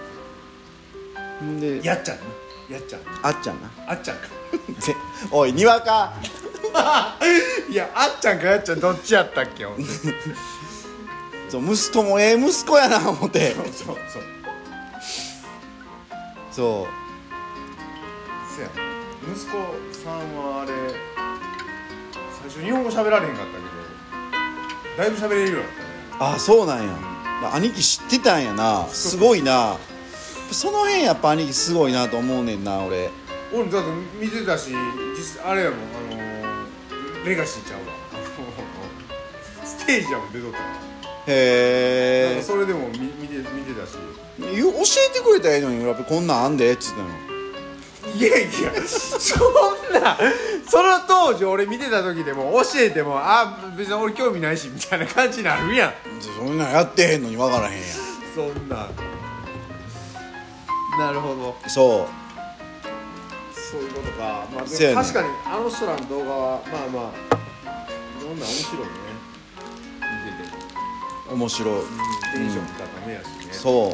でやっちゃんな、やっちゃん、 あっちゃんなあっちゃんかおいにわかいや、あっちゃんかやっちゃんどっちやったっけほんとそう息子も息子やな思ってそうそうせや、息子さんはあれ最初日本語喋られへんかったけどだいぶ喋れるようになったね。 あ、そうなんや、兄貴知ってたんやな、すごいなその辺やっぱ兄貴すごいなと思うねんな。俺だって見てたし、あれやもん、レガシーちゃうわステージやもん出とったから。 へえ、 なんかそれでも見てたし、 教えてくれたらええのに、俺こんなんあんでっつってんの。 いやいやそんなその当時俺見てた時でも教えても別に俺興味ないしみたいな感じになるやん。 そんなんやってへんのに分からへんやん。 そんな、なるほど、そういうことか。まあでも確かにあの人らの動画はまあいろんな面白いね、見てて面白い、 テンション高めやしね。 そう、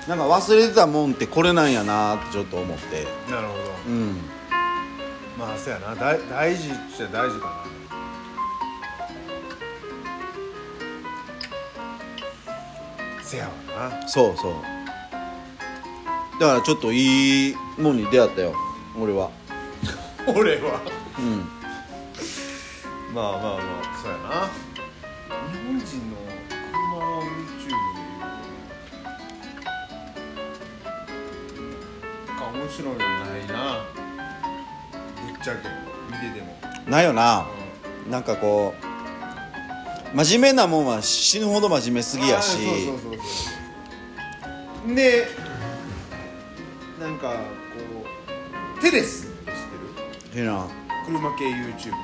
なんか忘れてたもんってこれなんやなってちょっと思って。 なるほど。まあそうやな、大事っちゃ大事かな。せやわな。 そうだからちょっといいもんに出会ったよ俺は俺はうんまあそうやな。日本人の車の YouTube で言うと面白いのないな、ぶっちゃけ見てても。 ないよな、なんかこう真面目なもんは死ぬほど真面目すぎやし、 そうでなんかこうテレスって知ってる？ へな車系 YouTube のなんか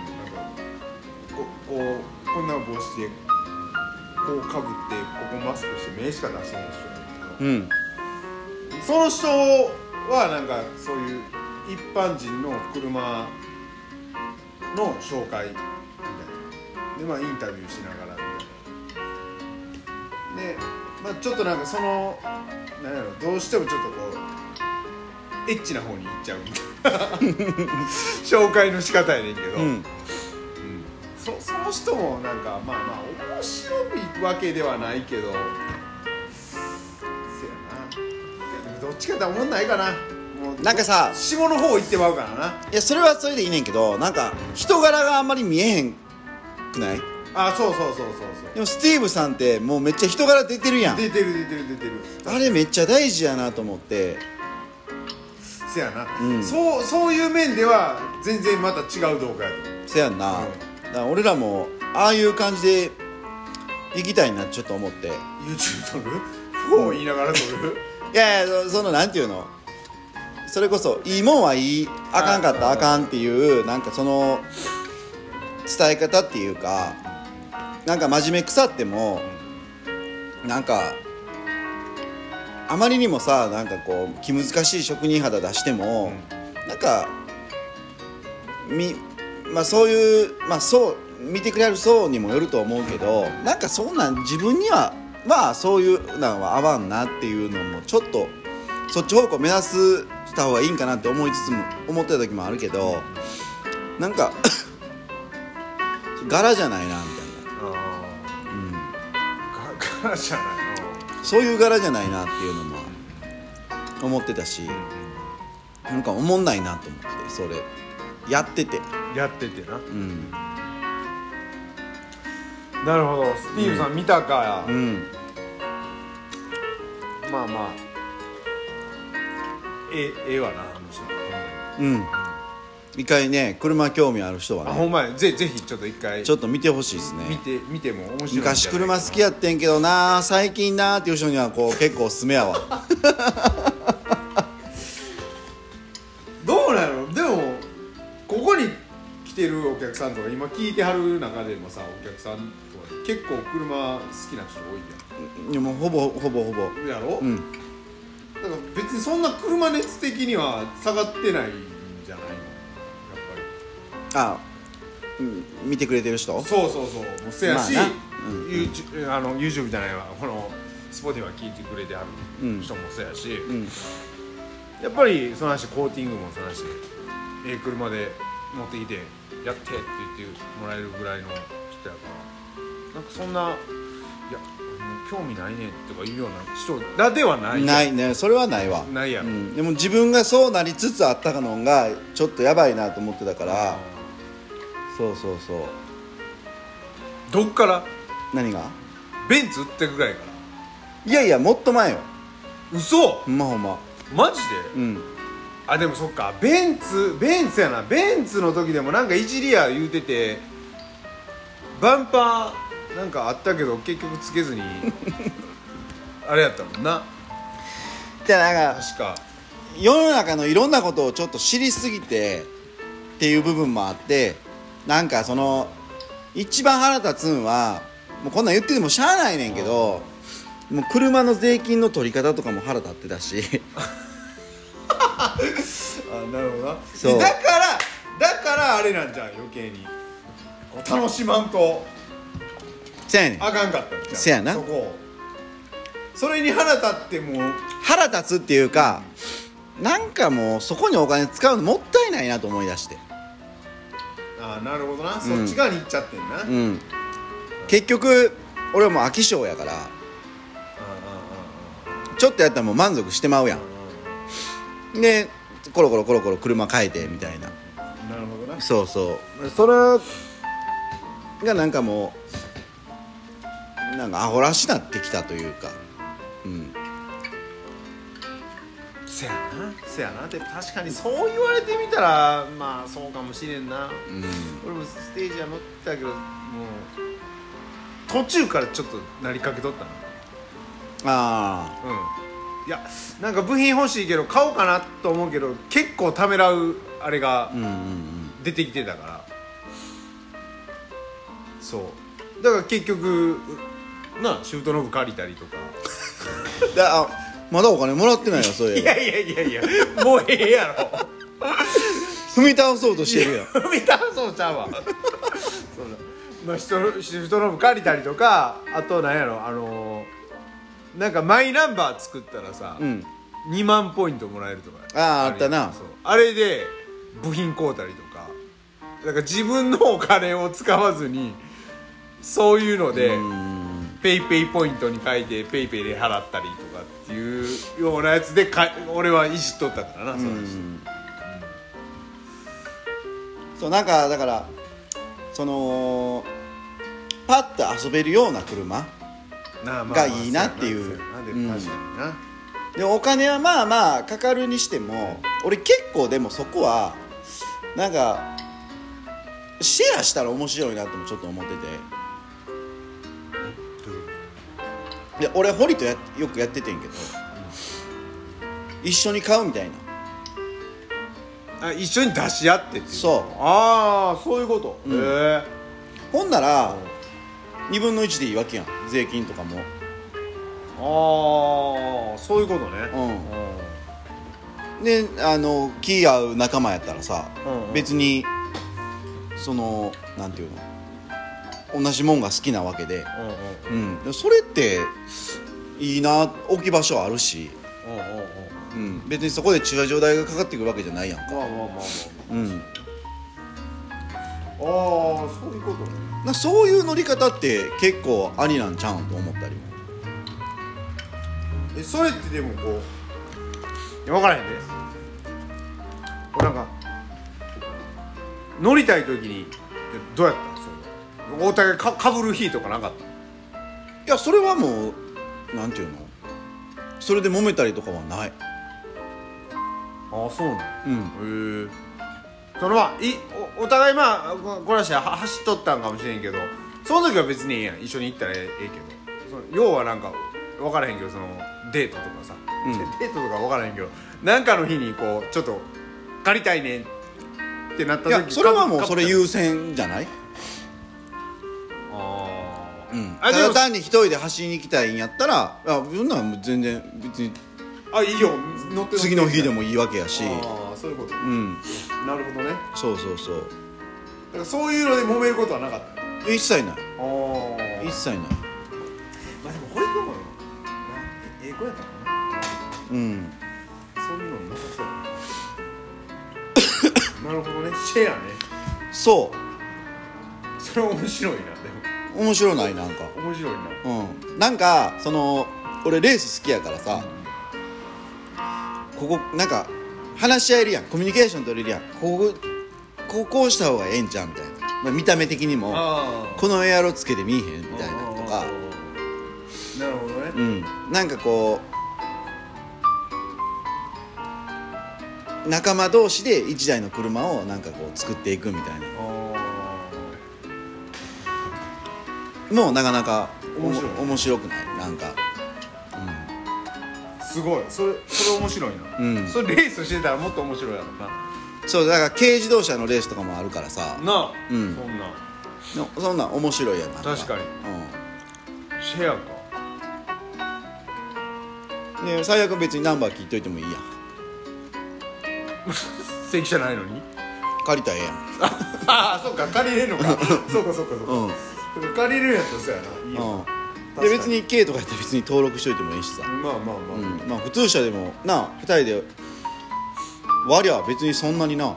こんな帽子でこうかぶってここマスクして目しか出してない人やけど、その人はなんかそういう一般人の車の紹介みたいなで、インタビューしながらみたいなで、ちょっとなんかそのなんやろ、どうしてもちょっとこうエッチな方に行っちゃうみたいな紹介の仕方やねんけど、その人もなんか面白いわけではないけど、せやな、どっちかって思んないかな。もうなんかさ下の方行ってまうからな。 いやそれはそれでいいねんけど、なんか人柄があんまり見えへんくない？ そうでもスティーブさんってもうめっちゃ人柄出てるやん。 出てるあれめっちゃ大事やなと思って。 せやな、そういう面では全然また違う動画やと。 せやんな、だから俺らもああいう感じで行きたいなちょっと思って。 YouTube 撮る？フォー言いながら撮る？ いやそのなんていうの、それこそいいもんはいい、あかんかったらあかんっていうなんかその伝え方っていうか、なんか真面目腐ってもなんかあまりにもさ、なんかこう気難しい職人肌出しても、なんかそういうそう見てくれる層にもよると思うけど、なんかそんなん自分にはそういうのは合わんなっていうのもちょっとそっち方向目指した方がいいんかなって思いつつも思ってた時もあるけど、なんか柄じゃないなみたいな、 柄じゃないの、 そういう柄じゃないなっていうのも思ってたし、なんか思んないなと思って、それやっててな、なるほど。スティーブさん見たか。ええわな、むしろ。 一回ね、車興味ある人はね、 ほんまや、ぜひちょっと一回ちょっと見てほしいですね。 見ても面白いんじゃないかな。 昔車好きやってんけどな、最近なーっていう人にはこう結構おすすめやわどうなの？でもここにさんとか今聞いてはる中でもさ、お客さんとか結構車好きな人多いいやもうほぼやろ、 うん、 だから別にそんな車熱的には下がってないんじゃないの、やっぱり。 あ、見てくれてる人、 そうもうせやし、 まあ YouTube じゃないわ、この Spotify 聞いてくれてはる人もせやし、やっぱりその話、コーティングもその話、車で持ってきてやってって言ってもらえるぐらいの人やから、なんかそんな、いや興味ないねとかいうような人らではないね、それはないわ、 ないやろ、 でも自分がそうなりつつあったのがちょっとやばいなと思ってたから、そうどっから何がベンツ売ってぐらいから、 いやもっと前よ、 嘘、 ほんまマジで、あ、でもそっか、ベンツやな、ベンツの時でもなんかいじりや言うてて、バンパーなんかあったけど結局つけずにあれやったもんな。 じゃあなんか確か世の中のいろんなことをちょっと知りすぎてっていう部分もあって、なんかその一番腹立つんは、もうこんなん言っててもしゃあないねんけど、もう車の税金の取り方とかも腹立ってたしあ、なるほどな。 そうだからあれなんじゃん、余計に楽しまんとせやねん、 あかんかったんじゃん、 せやな、 それに腹立ってもう腹立つっていうか、なんかもうそこにお金使うのもったいないなと思い出して、 あ、なるほどな、そっち側に行っちゃってんな、 結局俺はもう飽き性やから、ちょっとやったらもう満足してまうやん、でコロコロ車変えてみたいな、 なるほどな、 そうそれがなんかもうなんかアホらしなってきたというか、 せやな。で確かにそう言われてみたら、まあそうかもしれんな、俺もステージは乗ってたけど、もう途中からちょっとなりかけとったな。いや、なんか部品欲しいけど買おうかなと思うけど、結構ためらうあれが出てきてたから、そうだから結局な、シュートノブ借りたりとかまだお金もらってないよ、そういいやもうええやろ踏み倒そうとしてるやん踏み倒そうちゃうわそうだ、まあ、シュートノブ借りたりとか、あとなんやろ、なんかマイナンバー作ったらさ、2万ポイントもらえるとか、 あったな、 あれで部品買うたりとか、だから自分のお金を使わずにそういうのでペイペイポイントに変えてペイペイで払ったりとかっていうようなやつで俺はいじっとったからな、 そうなんかだからそのパッと遊べるような車がいいなっていう、 確かにな。 でお金はまあまあかかるにしても、俺結構でもそこはなんかシェアしたら面白いなともちょっと思ってて、で俺堀とよくやっててんけど、一緒に買うみたいな、 一緒に出し合ってっていう、 そう、 ああそういうこと、 ほんなら2分の1でいいわけやん、税金とかも、 ああそういうことね、 で気合う仲間やったらさ、別にそのなんていうの、同じもんが好きなわけで、それっていいな、置き場所あるし、別にそこで駐車場代がかかってくるわけじゃないやんか、 ああそういうことね。 そういう乗り方って結構ありなんちゃうんと思ったりも。 それってでもこう分からへんで、これなんか乗りたい時にどうやったんですか、お互いかぶる日とかなかった？ いやそれはもうなんていうの、それで揉めたりとかはない。 ああそうね、へえ。そのお互いまあこれは走っとったんかもしれんけど、その時は別にええやん、一緒に行ったらええけど、要はなんか分からへんけど、そのデートとかさ、デートとか分からへんけど、なんかの日にこうちょっと借りたいねんってってなった時、 いやそれはもうそれ優先じゃない？ただ単に一人で走りに行きたいんやったら、そんなんもう全然別にいいよ乗って次の日でもいいわけやし。 そういうこと、なるほどね。 そうだからそういうので揉めることはなかった。 一切ない。一切ない。 まあでも堀君も英語やったかな。そういうのなさそうなるほどね。シェアね。それ面白いな。でも面白ない。なんか面白いな。 なんかその俺レース好きやからさ、ここなんか話し合えるやん、コミュニケーション取れるやん、こうした方がええんちゃうみたいな、見た目的にもこのエアロつけて見えへんみたいなとか。 なるほどね。 なんかこう仲間同士で一台の車をなんかこう作っていくみたいな、もうなかなか面白くない？なんかすごい。それ面白いな。それレースしてたらもっと面白いやろな。 そうだから軽自動車のレースとかもあるからさなあ、 そんなん面白いやん。 確かに。シェアか。 ね、最悪別にナンバー切っといてもいいやん。 正規車ないのに借りたらええやん。 そっか、借りれんのか。そうか借りれるやったらそうやな。いいよな。 で別に K とかやったら別に登録しといてもいいしさ。まあ普通車でもな、2人で割りゃ別にそんなにな。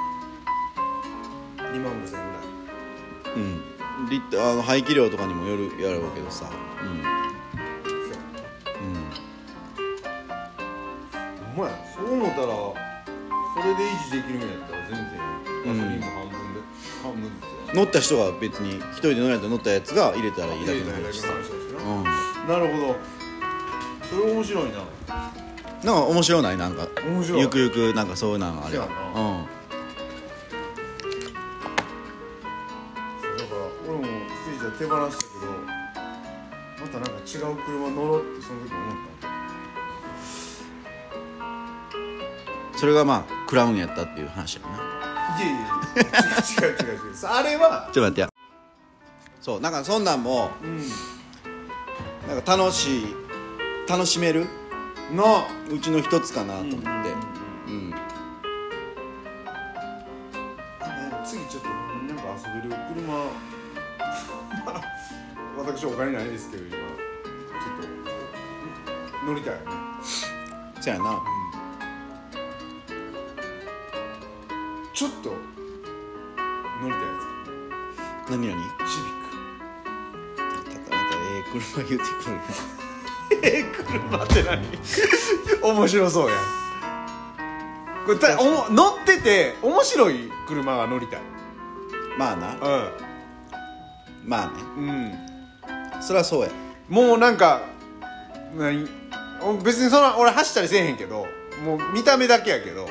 2万5千ぐらい。排気量とかにもよるやろうけどさ。 お前そう思ったらそれで維持できるんやったら全然ガソリンも半分ずつ乗った人が別に一人で乗るやったら乗ったやつが入れたらいいだけの話さ。 なるほど。それ面白いな。 なんか面白ない？なんか面白い。 ゆくゆくなんかそういうのあれば。だから俺もついじゃ手放したけど、またなんか違う車乗ろうってその時思った。 それがまあクラウンやったっていう話やな。 いや違うあれはちょっと待ってや。そうなんかそんなんも、なんか楽しめるうちの一つかなと思って。 次ちょっとなんか遊べる車私お金ないですけど今ちょっと乗りたいよね。 そうやな。 ちょっと乗りたいやつ。何？シビック。ただ車言うてくる。 車って何？面白そうやん。これ乗ってて面白い車が乗りたい。 まあな。まあね。そりゃそうや。 もうなんか別にそんな俺走ったりせえへんけど、もう見た目だけやけど、も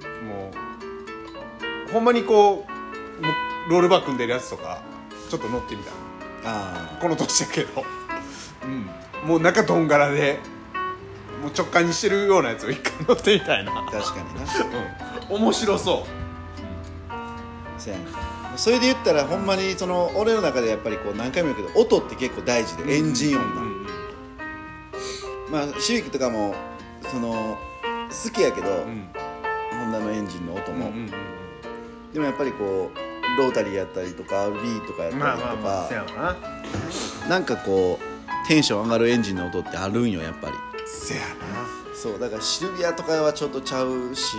うほんまにこうロールバー組んでるやつとかちょっと乗ってみたい。この年やけど、もう中どんがらでもう直感にしてるようなやつを一回乗ってみたいな。 確かにな。 面白そう。 そうやね。それで言ったらほんまにその俺の中でやっぱりこう何回も言うけど音って結構大事で、エンジン音が、まあシビックとかもその好きやけど、ホンダのエンジンの音も、でもやっぱりこうロータリーやったりとか RB とかやったりとか、なんかこうテンション上がるエンジンの音ってあるんよやっぱり。 せやな。 そうだからシルビアとかはちょっとちゃうし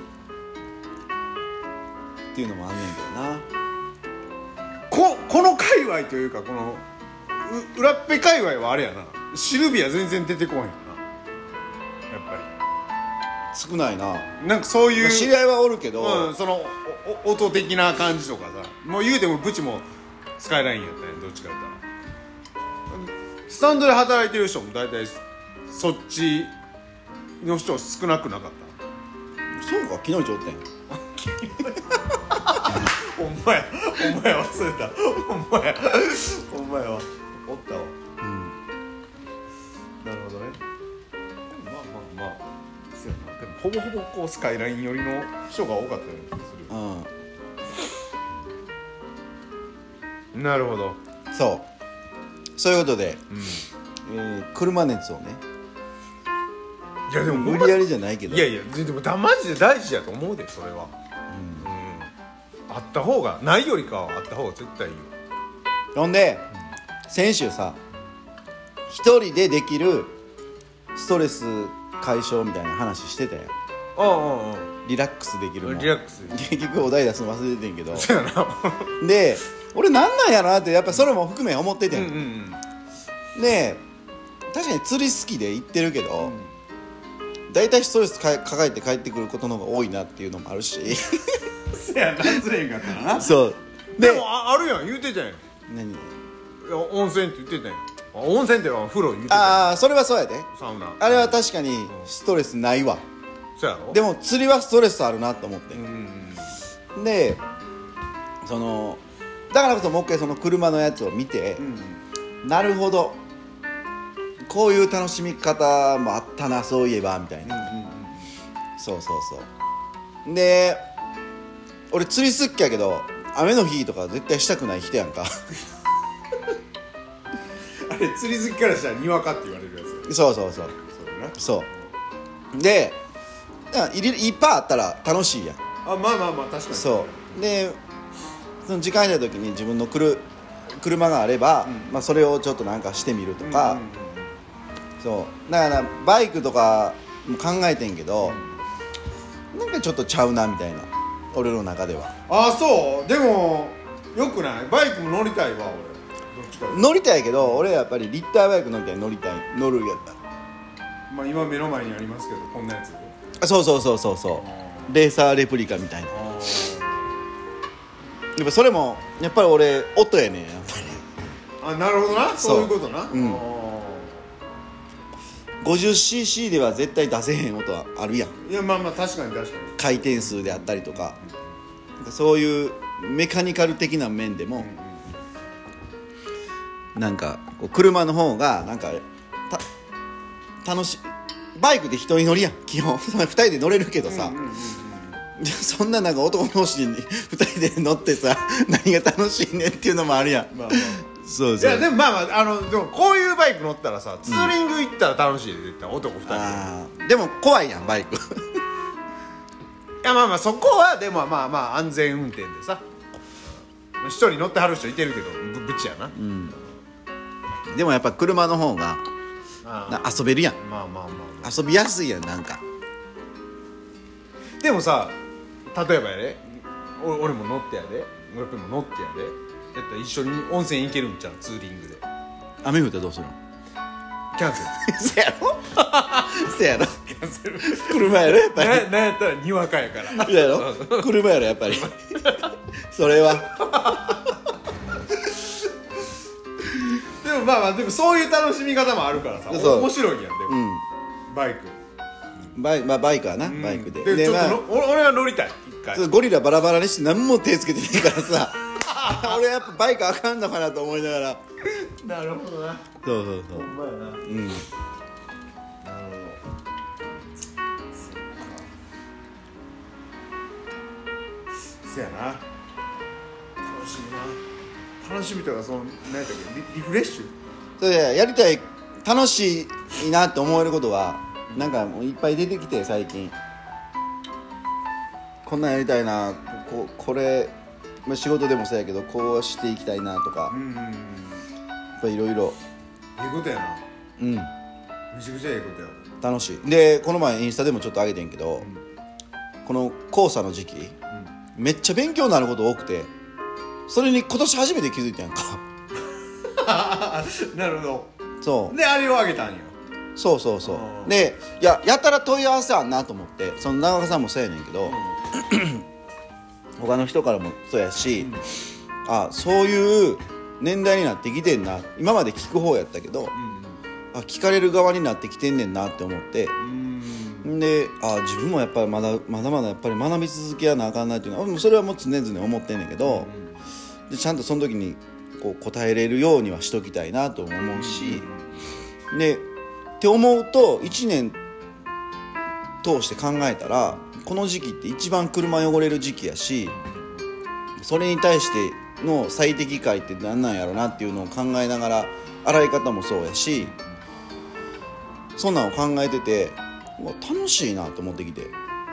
っていうのもあんねんけどな。 この界隈というかこの裏っぺ界隈はあれやな、シルビア全然出てこへんよな。やっぱり少ないな。 なんかそういう知り合いはおるけど、 その音的な感じとかさ、もう言うてもブチもスカイラインやったんや、どっちかやったら。スタンドで働いてる人も大体そっちの人少なくなかった。 そうか、昨日ちょってん。 お前忘れた。お前はおったわ。なるほどね。まあそうやな。でもほぼほぼこうスカイライン寄りの人が多かったような気がする。 なるほど。 そういうことで、車熱をね、 いやでも無理やりじゃないけど、 いやいやでもマジで大事やと思うで、それは。あった方が、ないよりかはあった方が絶対いいよ。 ほんで、先週さ、一人でできるストレス解消みたいな話してたやん。リラックスできるもん。 リラックス結局お題出すの忘れてんけど、 そうやな。 で俺なんなんやろなってやっぱそれも含め思っててん、で確かに釣り好きで行ってるけど、大体ストレス抱えて帰ってくることの方が多いなっていうのもあるしそうやな、釣れへんかったらな。 そうでも あるやん、言うてたやん。 何？ いや温泉って言ってたやん。温泉って風呂言うてたやん。 ああ、それはそうやで。 サウナあれは確かにストレスないわ。 そうやろ。 でも釣りはストレスあるなと思って、でそのだからこそもう一回その車のやつを見て、なるほどこういう楽しみ方もあったな、そういえばみたいな、そうで俺釣り好きやけど雨の日とか絶対したくない人やんかあれ釣り好きからしたらにわかって言われるやつ。 そうでいっぱいあったら楽しいやん。 まあ確かに。 そうでその時間やった時に自分の車があれば、それをちょっとなんかしてみるとか、そうだからバイクとかも考えてんけど、なんかちょっとちゃうなみたいな、俺の中では。 そうでもよくない？バイクも乗りたいわ俺。どっちか乗りたいけど俺やっぱりリッターバイク乗るやったら、 今目の前にありますけど、こんなやつ。 そうレーサーレプリカみたいな。やっぱそれもやっぱり俺音やねん、やっぱり。 なるほどな、そういうことな。 50cc では絶対出せへん音はあるやん。 いや確かに回転数であったりとか、そういうメカニカル的な面でも、なんかこう車の方がなんか楽しい。バイクで一人乗りやん基本2人で乗れるけどさ、そんななんか男同士に2人で乗ってさ何が楽しいねっていうのもあるやん。そういやでもでもこういうバイク乗ったらさ、ツーリング行ったら楽しいで、絶対男2人でも怖いやんバイクいやそこはでも安全運転でさ、一人乗ってはる人いてるけどぶちやな、 でもやっぱ車の方が遊べるやん。遊びやすいやん。なんかでもさ、例えばやで、俺も乗ってやで、俺も乗ってやで、やったら一緒に温泉行けるんちゃう？ツーリングで。 雨降ったらどうするの？ キャンセルせやろせやろキャンセル車やろやっぱり。 なんやったらにわかやからやろ車やろやっぱりそれはでもでもそういう楽しみ方もあるからさ、面白いやん。でも、バイクバイクはな、バイクでちょっと俺は乗りたい一回。 ゴリラバラバラにして何も手つけてないからさ俺やっぱバイクあかんのかなと思いながら。 なるほどな。 そうほんまやな。なるほど。せやな、楽しみな。楽しみとか何やったっけ、リフレッシュ。 それでやりたい、楽しいなって思えることはなんかもういっぱい出てきて、最近こんなんやりたいな、これ、仕事でもそうやけどこうしていきたいなとか、やっぱいろいろいいことやな。めちゃくちゃいいことや。 楽しい。でこの前インスタでもちょっと上げてんけど、この黄砂の時期、めっちゃ勉強になること多くて、それに今年初めて気づいたやんかなるほど。 そうであれをあげたんや。 そうでやたら問い合わせあんなと思って、その長岡さんもそうやねんけど、他の人からもそうやし、そういう年代になってきてんな。今まで聞く方やったけど、聞かれる側になってきてんねんなって思って、で自分もやっぱりまだまだやっぱり学び続けやなあかんなっていうのは、それはもう常々思ってんねんけど、でちゃんとその時にこう答えれるようにはしときたいなと思うし、でって思うと1年通して考えたらこの時期って一番車汚れる時期やし、それに対しての最適解って何なんやろなっていうのを考えながら、洗い方もそうやし、そんなんを考えてて、うわ楽しいなと思ってきて、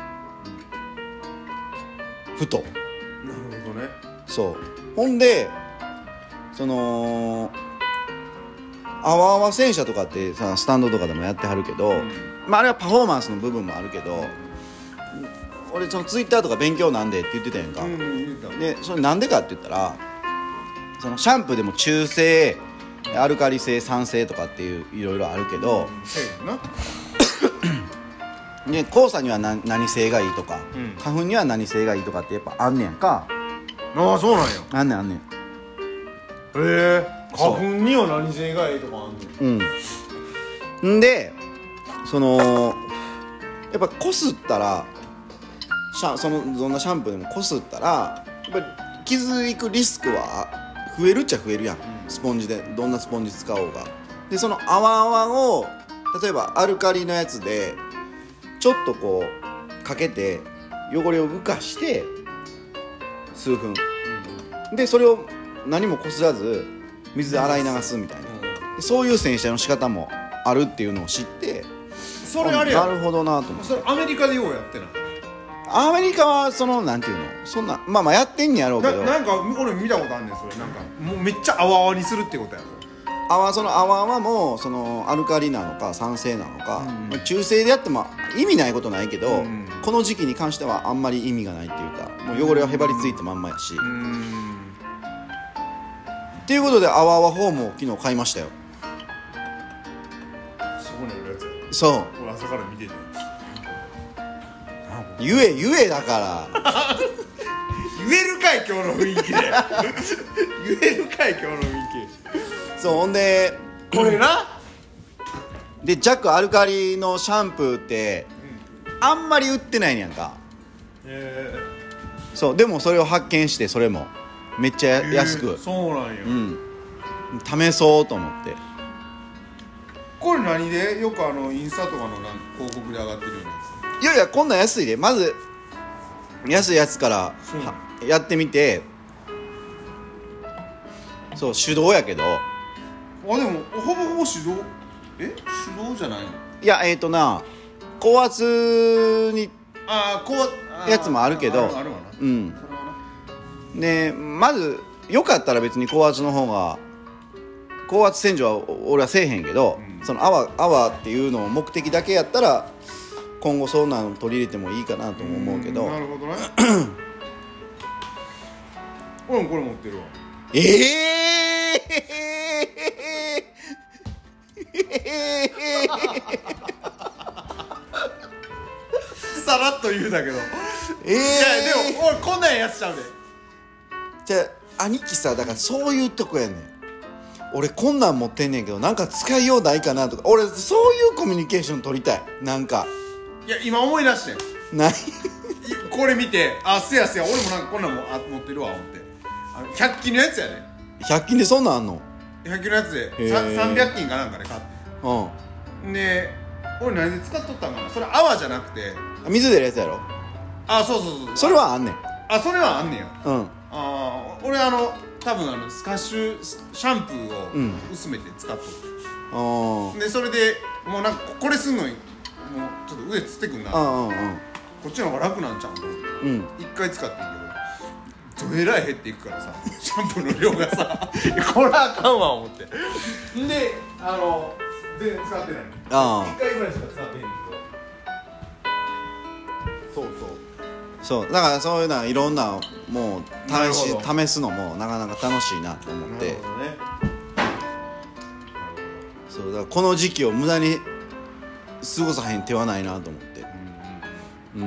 ふと。 なるほどね。 そうほんでそのあわあわ戦車とかってさ、スタンドとかでもやってはるけど、まあ、あれはパフォーマンスの部分もあるけど、俺そのツイッターとか勉強なんでって言ってたやんか、でそれなんでかって言ったら、そのシャンプーでも中性、アルカリ性、酸性とかっていういろいろあるけど、で黄砂には何性がいいとか、花粉には何性がいいとかってやっぱあんねやんか。 ああそうなんや。 あんねんあんねん。 へえ。花粉には何性がいいとかあんねん。 んでそのやっぱこすったらどんなシャンプーでもこすったらやっぱり傷いくリスクは増えるっちゃ増えるやん、スポンジでどんなスポンジ使おうが。でその泡泡を例えばアルカリのやつでちょっとこうかけて汚れを浮かして数分、でそれを何もこすらず水で洗い流すみたいな、でそういう洗車の仕方もあるっていうのを知って、 それあれやなるほどなと思って。 それアメリカでようやってない？ アメリカはそのなんていうの、そんなまあやってんやろうけど、 なんか俺見たことあんねんそれ。なんかもうめっちゃ泡々にするってことやろ。 その泡々もそのアルカリなのか酸性なのか、中性でやっても意味ないことないけど、この時期に関してはあんまり意味がないっていうか、もう汚れはへばりついたまんまやし、っていうことで泡々フォームを昨日買いましたよ。 そこにあるやつや。 そう俺朝から見てて、 言えだから言えるかい今日の雰囲気で言えるかい今日の雰囲そう、ほんで気これな。 でジャックアルカリのシャンプーって、あんまり売ってないねやんか。そうでもそれを発見して、それもめっちゃ安く、 そうなんや。 試そうと思って。 これ何でよくインスタとかのなんか広告で上がってるようなやいやいや、こんなん安いで、まず安いやつからやってみて、そう手動やけど、 つ。でもほぼほぼ手動。手動じゃないの？ いや高圧にやつもあるけど、 あるわな。 うん。でまずよかったら別に高圧の方が、高圧洗浄は俺はせえへんけど、その泡っていうのを目的だけやったら今後そんなの取り入れてもいいかなとも思うけど。 なるほどね俺もこれ持ってるわ。さらっと言うだけど、いやでも俺こんなんやつちゃうで。 じゃあ兄貴さ、だからそういうとこやねん。俺こんなん持ってんねんけど、なんか使いようないかなとか、俺そういうコミュニケーション取りたい。なんかいや今思い出してんないこれ見て、せや俺もなんかこんなんも持ってるわ思って。100均のやつやね。 100均でそんなんあんの 100均のやつで300均かなんかで買って、で俺何で使っとったんかな。それ泡じゃなくて水出るやつやろ。 そうそれはあんねん。 それはあんねんよ。俺多分スカッシュシャンプーを薄めて使っとって、でそれでもうなんかこれすんのにもうちょっと上つってくんな、こっちの方が楽なんちゃうと思って、一回使っていいけどどえらい減っていくからさシャンプーの量がさこれはあかんわ思って。で全然使ってない。1回ぐらいしか使ってへんけど、 そうだからそういうのはいろんなもう試すのもなかなか楽しいなと思って。そうだからこの時期を無駄に過ごさへん手はないなと思って。 確か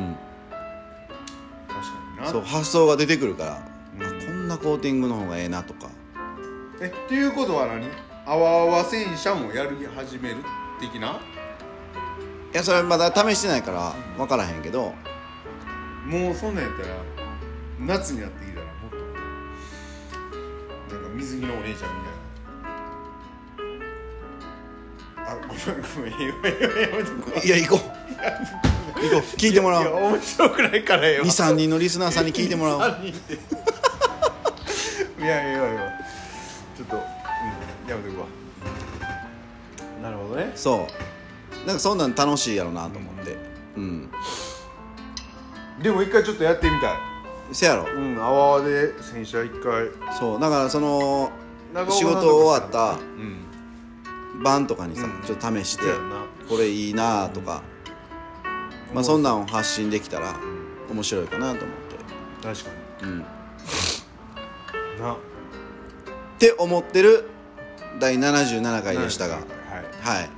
にな。 そう発想が出てくるから、こんなコーティングの方がええなとか。 っていうことは何？泡々洗車もやり始める的な？ いやそれまだ試してないから分からへんけど、 もうそんなんやったら夏になってきたらもっとなんか水着のお姉ちゃんみたいな。ごめんやめとこう。 いや行こう聞いてもらおう。 いや面白くないからよ。 2,3 人のリスナーさんに聞いてもらおう。 めやちょっと、やめとくわ。なるほどね。 そうなんかそんなん楽しいやろなと思って、 でも一回ちょっとやってみたい。 せやろ、 阿波で洗車一回。 そうだからその仕事終わった晩とかにさ、ちょっと試してこれいいなとか、まあそんなんを発信できたら面白いかなと思って。 確かになって思ってる第77回でしたが、はい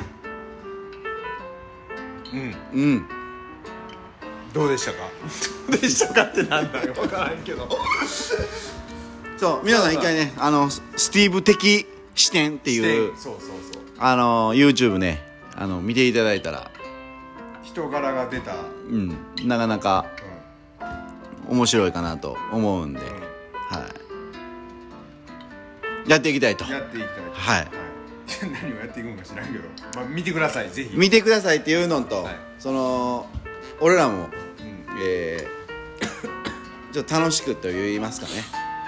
どうでしたかどうでしたかってなんだよ分からんけどそう皆さん一回ねスティーブ的視点っていうYouTube ね見ていただいたら人柄が出たなかなか面白いかなと思うんで、やっていきたいと。 やっていきたいと。 はい何をやっていくのか知らんけど、まあ、見てください。ぜひ見てくださいっていうのと、その俺らも、ちょっと楽しくと言いますかね、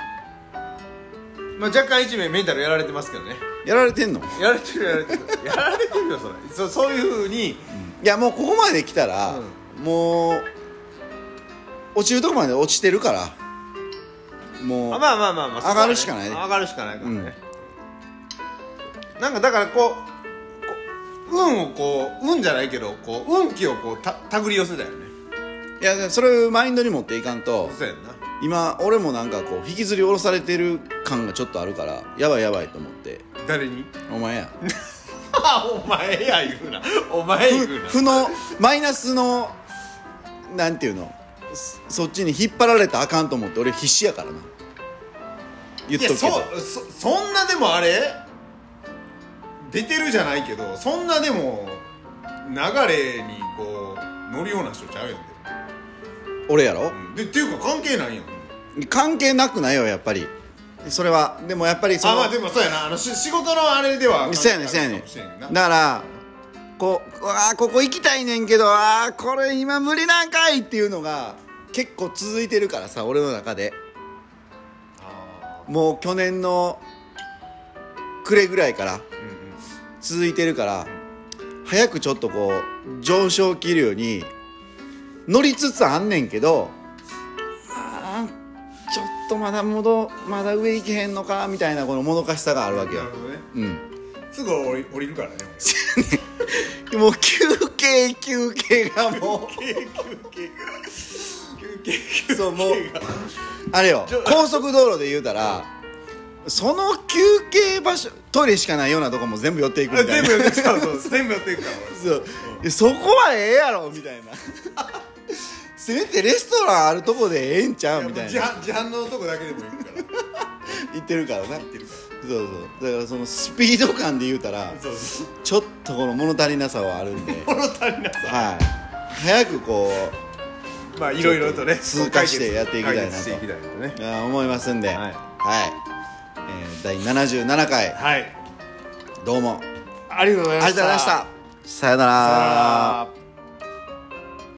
まあ、若干一名メンタルやられてますけどね。 やられてんの？ やられてるやられてるよそういうふうに。 いやもうここまで来たら、もう落ちるとこまで落ちてるから、もうまあ上がるしかないね。 上がるしかないからね、なんかだからこう運じゃないけど運気を手繰り寄せだよね。 いやそれをマインドに持っていかんと。 そうやんな。 今俺もなんか引きずり下ろされてる感がちょっとあるからやばいと思って。 誰に？ お前やお前や言うな。お前言うな。 負のマイナスのなんていうの、そっちに引っ張られたらあかんと思って俺必死やからな。言っとくけど。 そんなでもあれ出てるじゃないけど、そんなでも流れに乗るような人ちゃうやんで。 俺やろ、 っていうか関係ないやん。 関係なくないよやっぱり。それはでもやっぱりまあでもそうやな、仕事のあれではそうやねんだからここ行きたいねんけどこれ今無理なんかいっていうのが結構続いてるからさ、俺の中で。もう去年の暮れぐらいから続いてるから、早くちょっと上昇気流に乗りつつあんねんけど、ちょっとまだ上行けへんのかみたいなこのもどかしさがあるわけよ。 なるほどね。すぐ降りるからね。 もう休憩がもうそうもうあれよ、高速道路で言うたらその休憩場所トイレしかないようなとこも全部寄っていくみたいな。 全部寄っていくから全部寄っていくからそこはええやろみたいなせめてレストランあるとこでええんちゃうみたいな。 自販のとこだけでも行くから行ってるからな。そうだからそのスピード感で言うたらちょっとこの物足りなさはあるんで物足りなさ、 早くまあいろいろとね通過してやっていきたいなと思いますんで、第77回、どうもありがとうございました。 さよなら。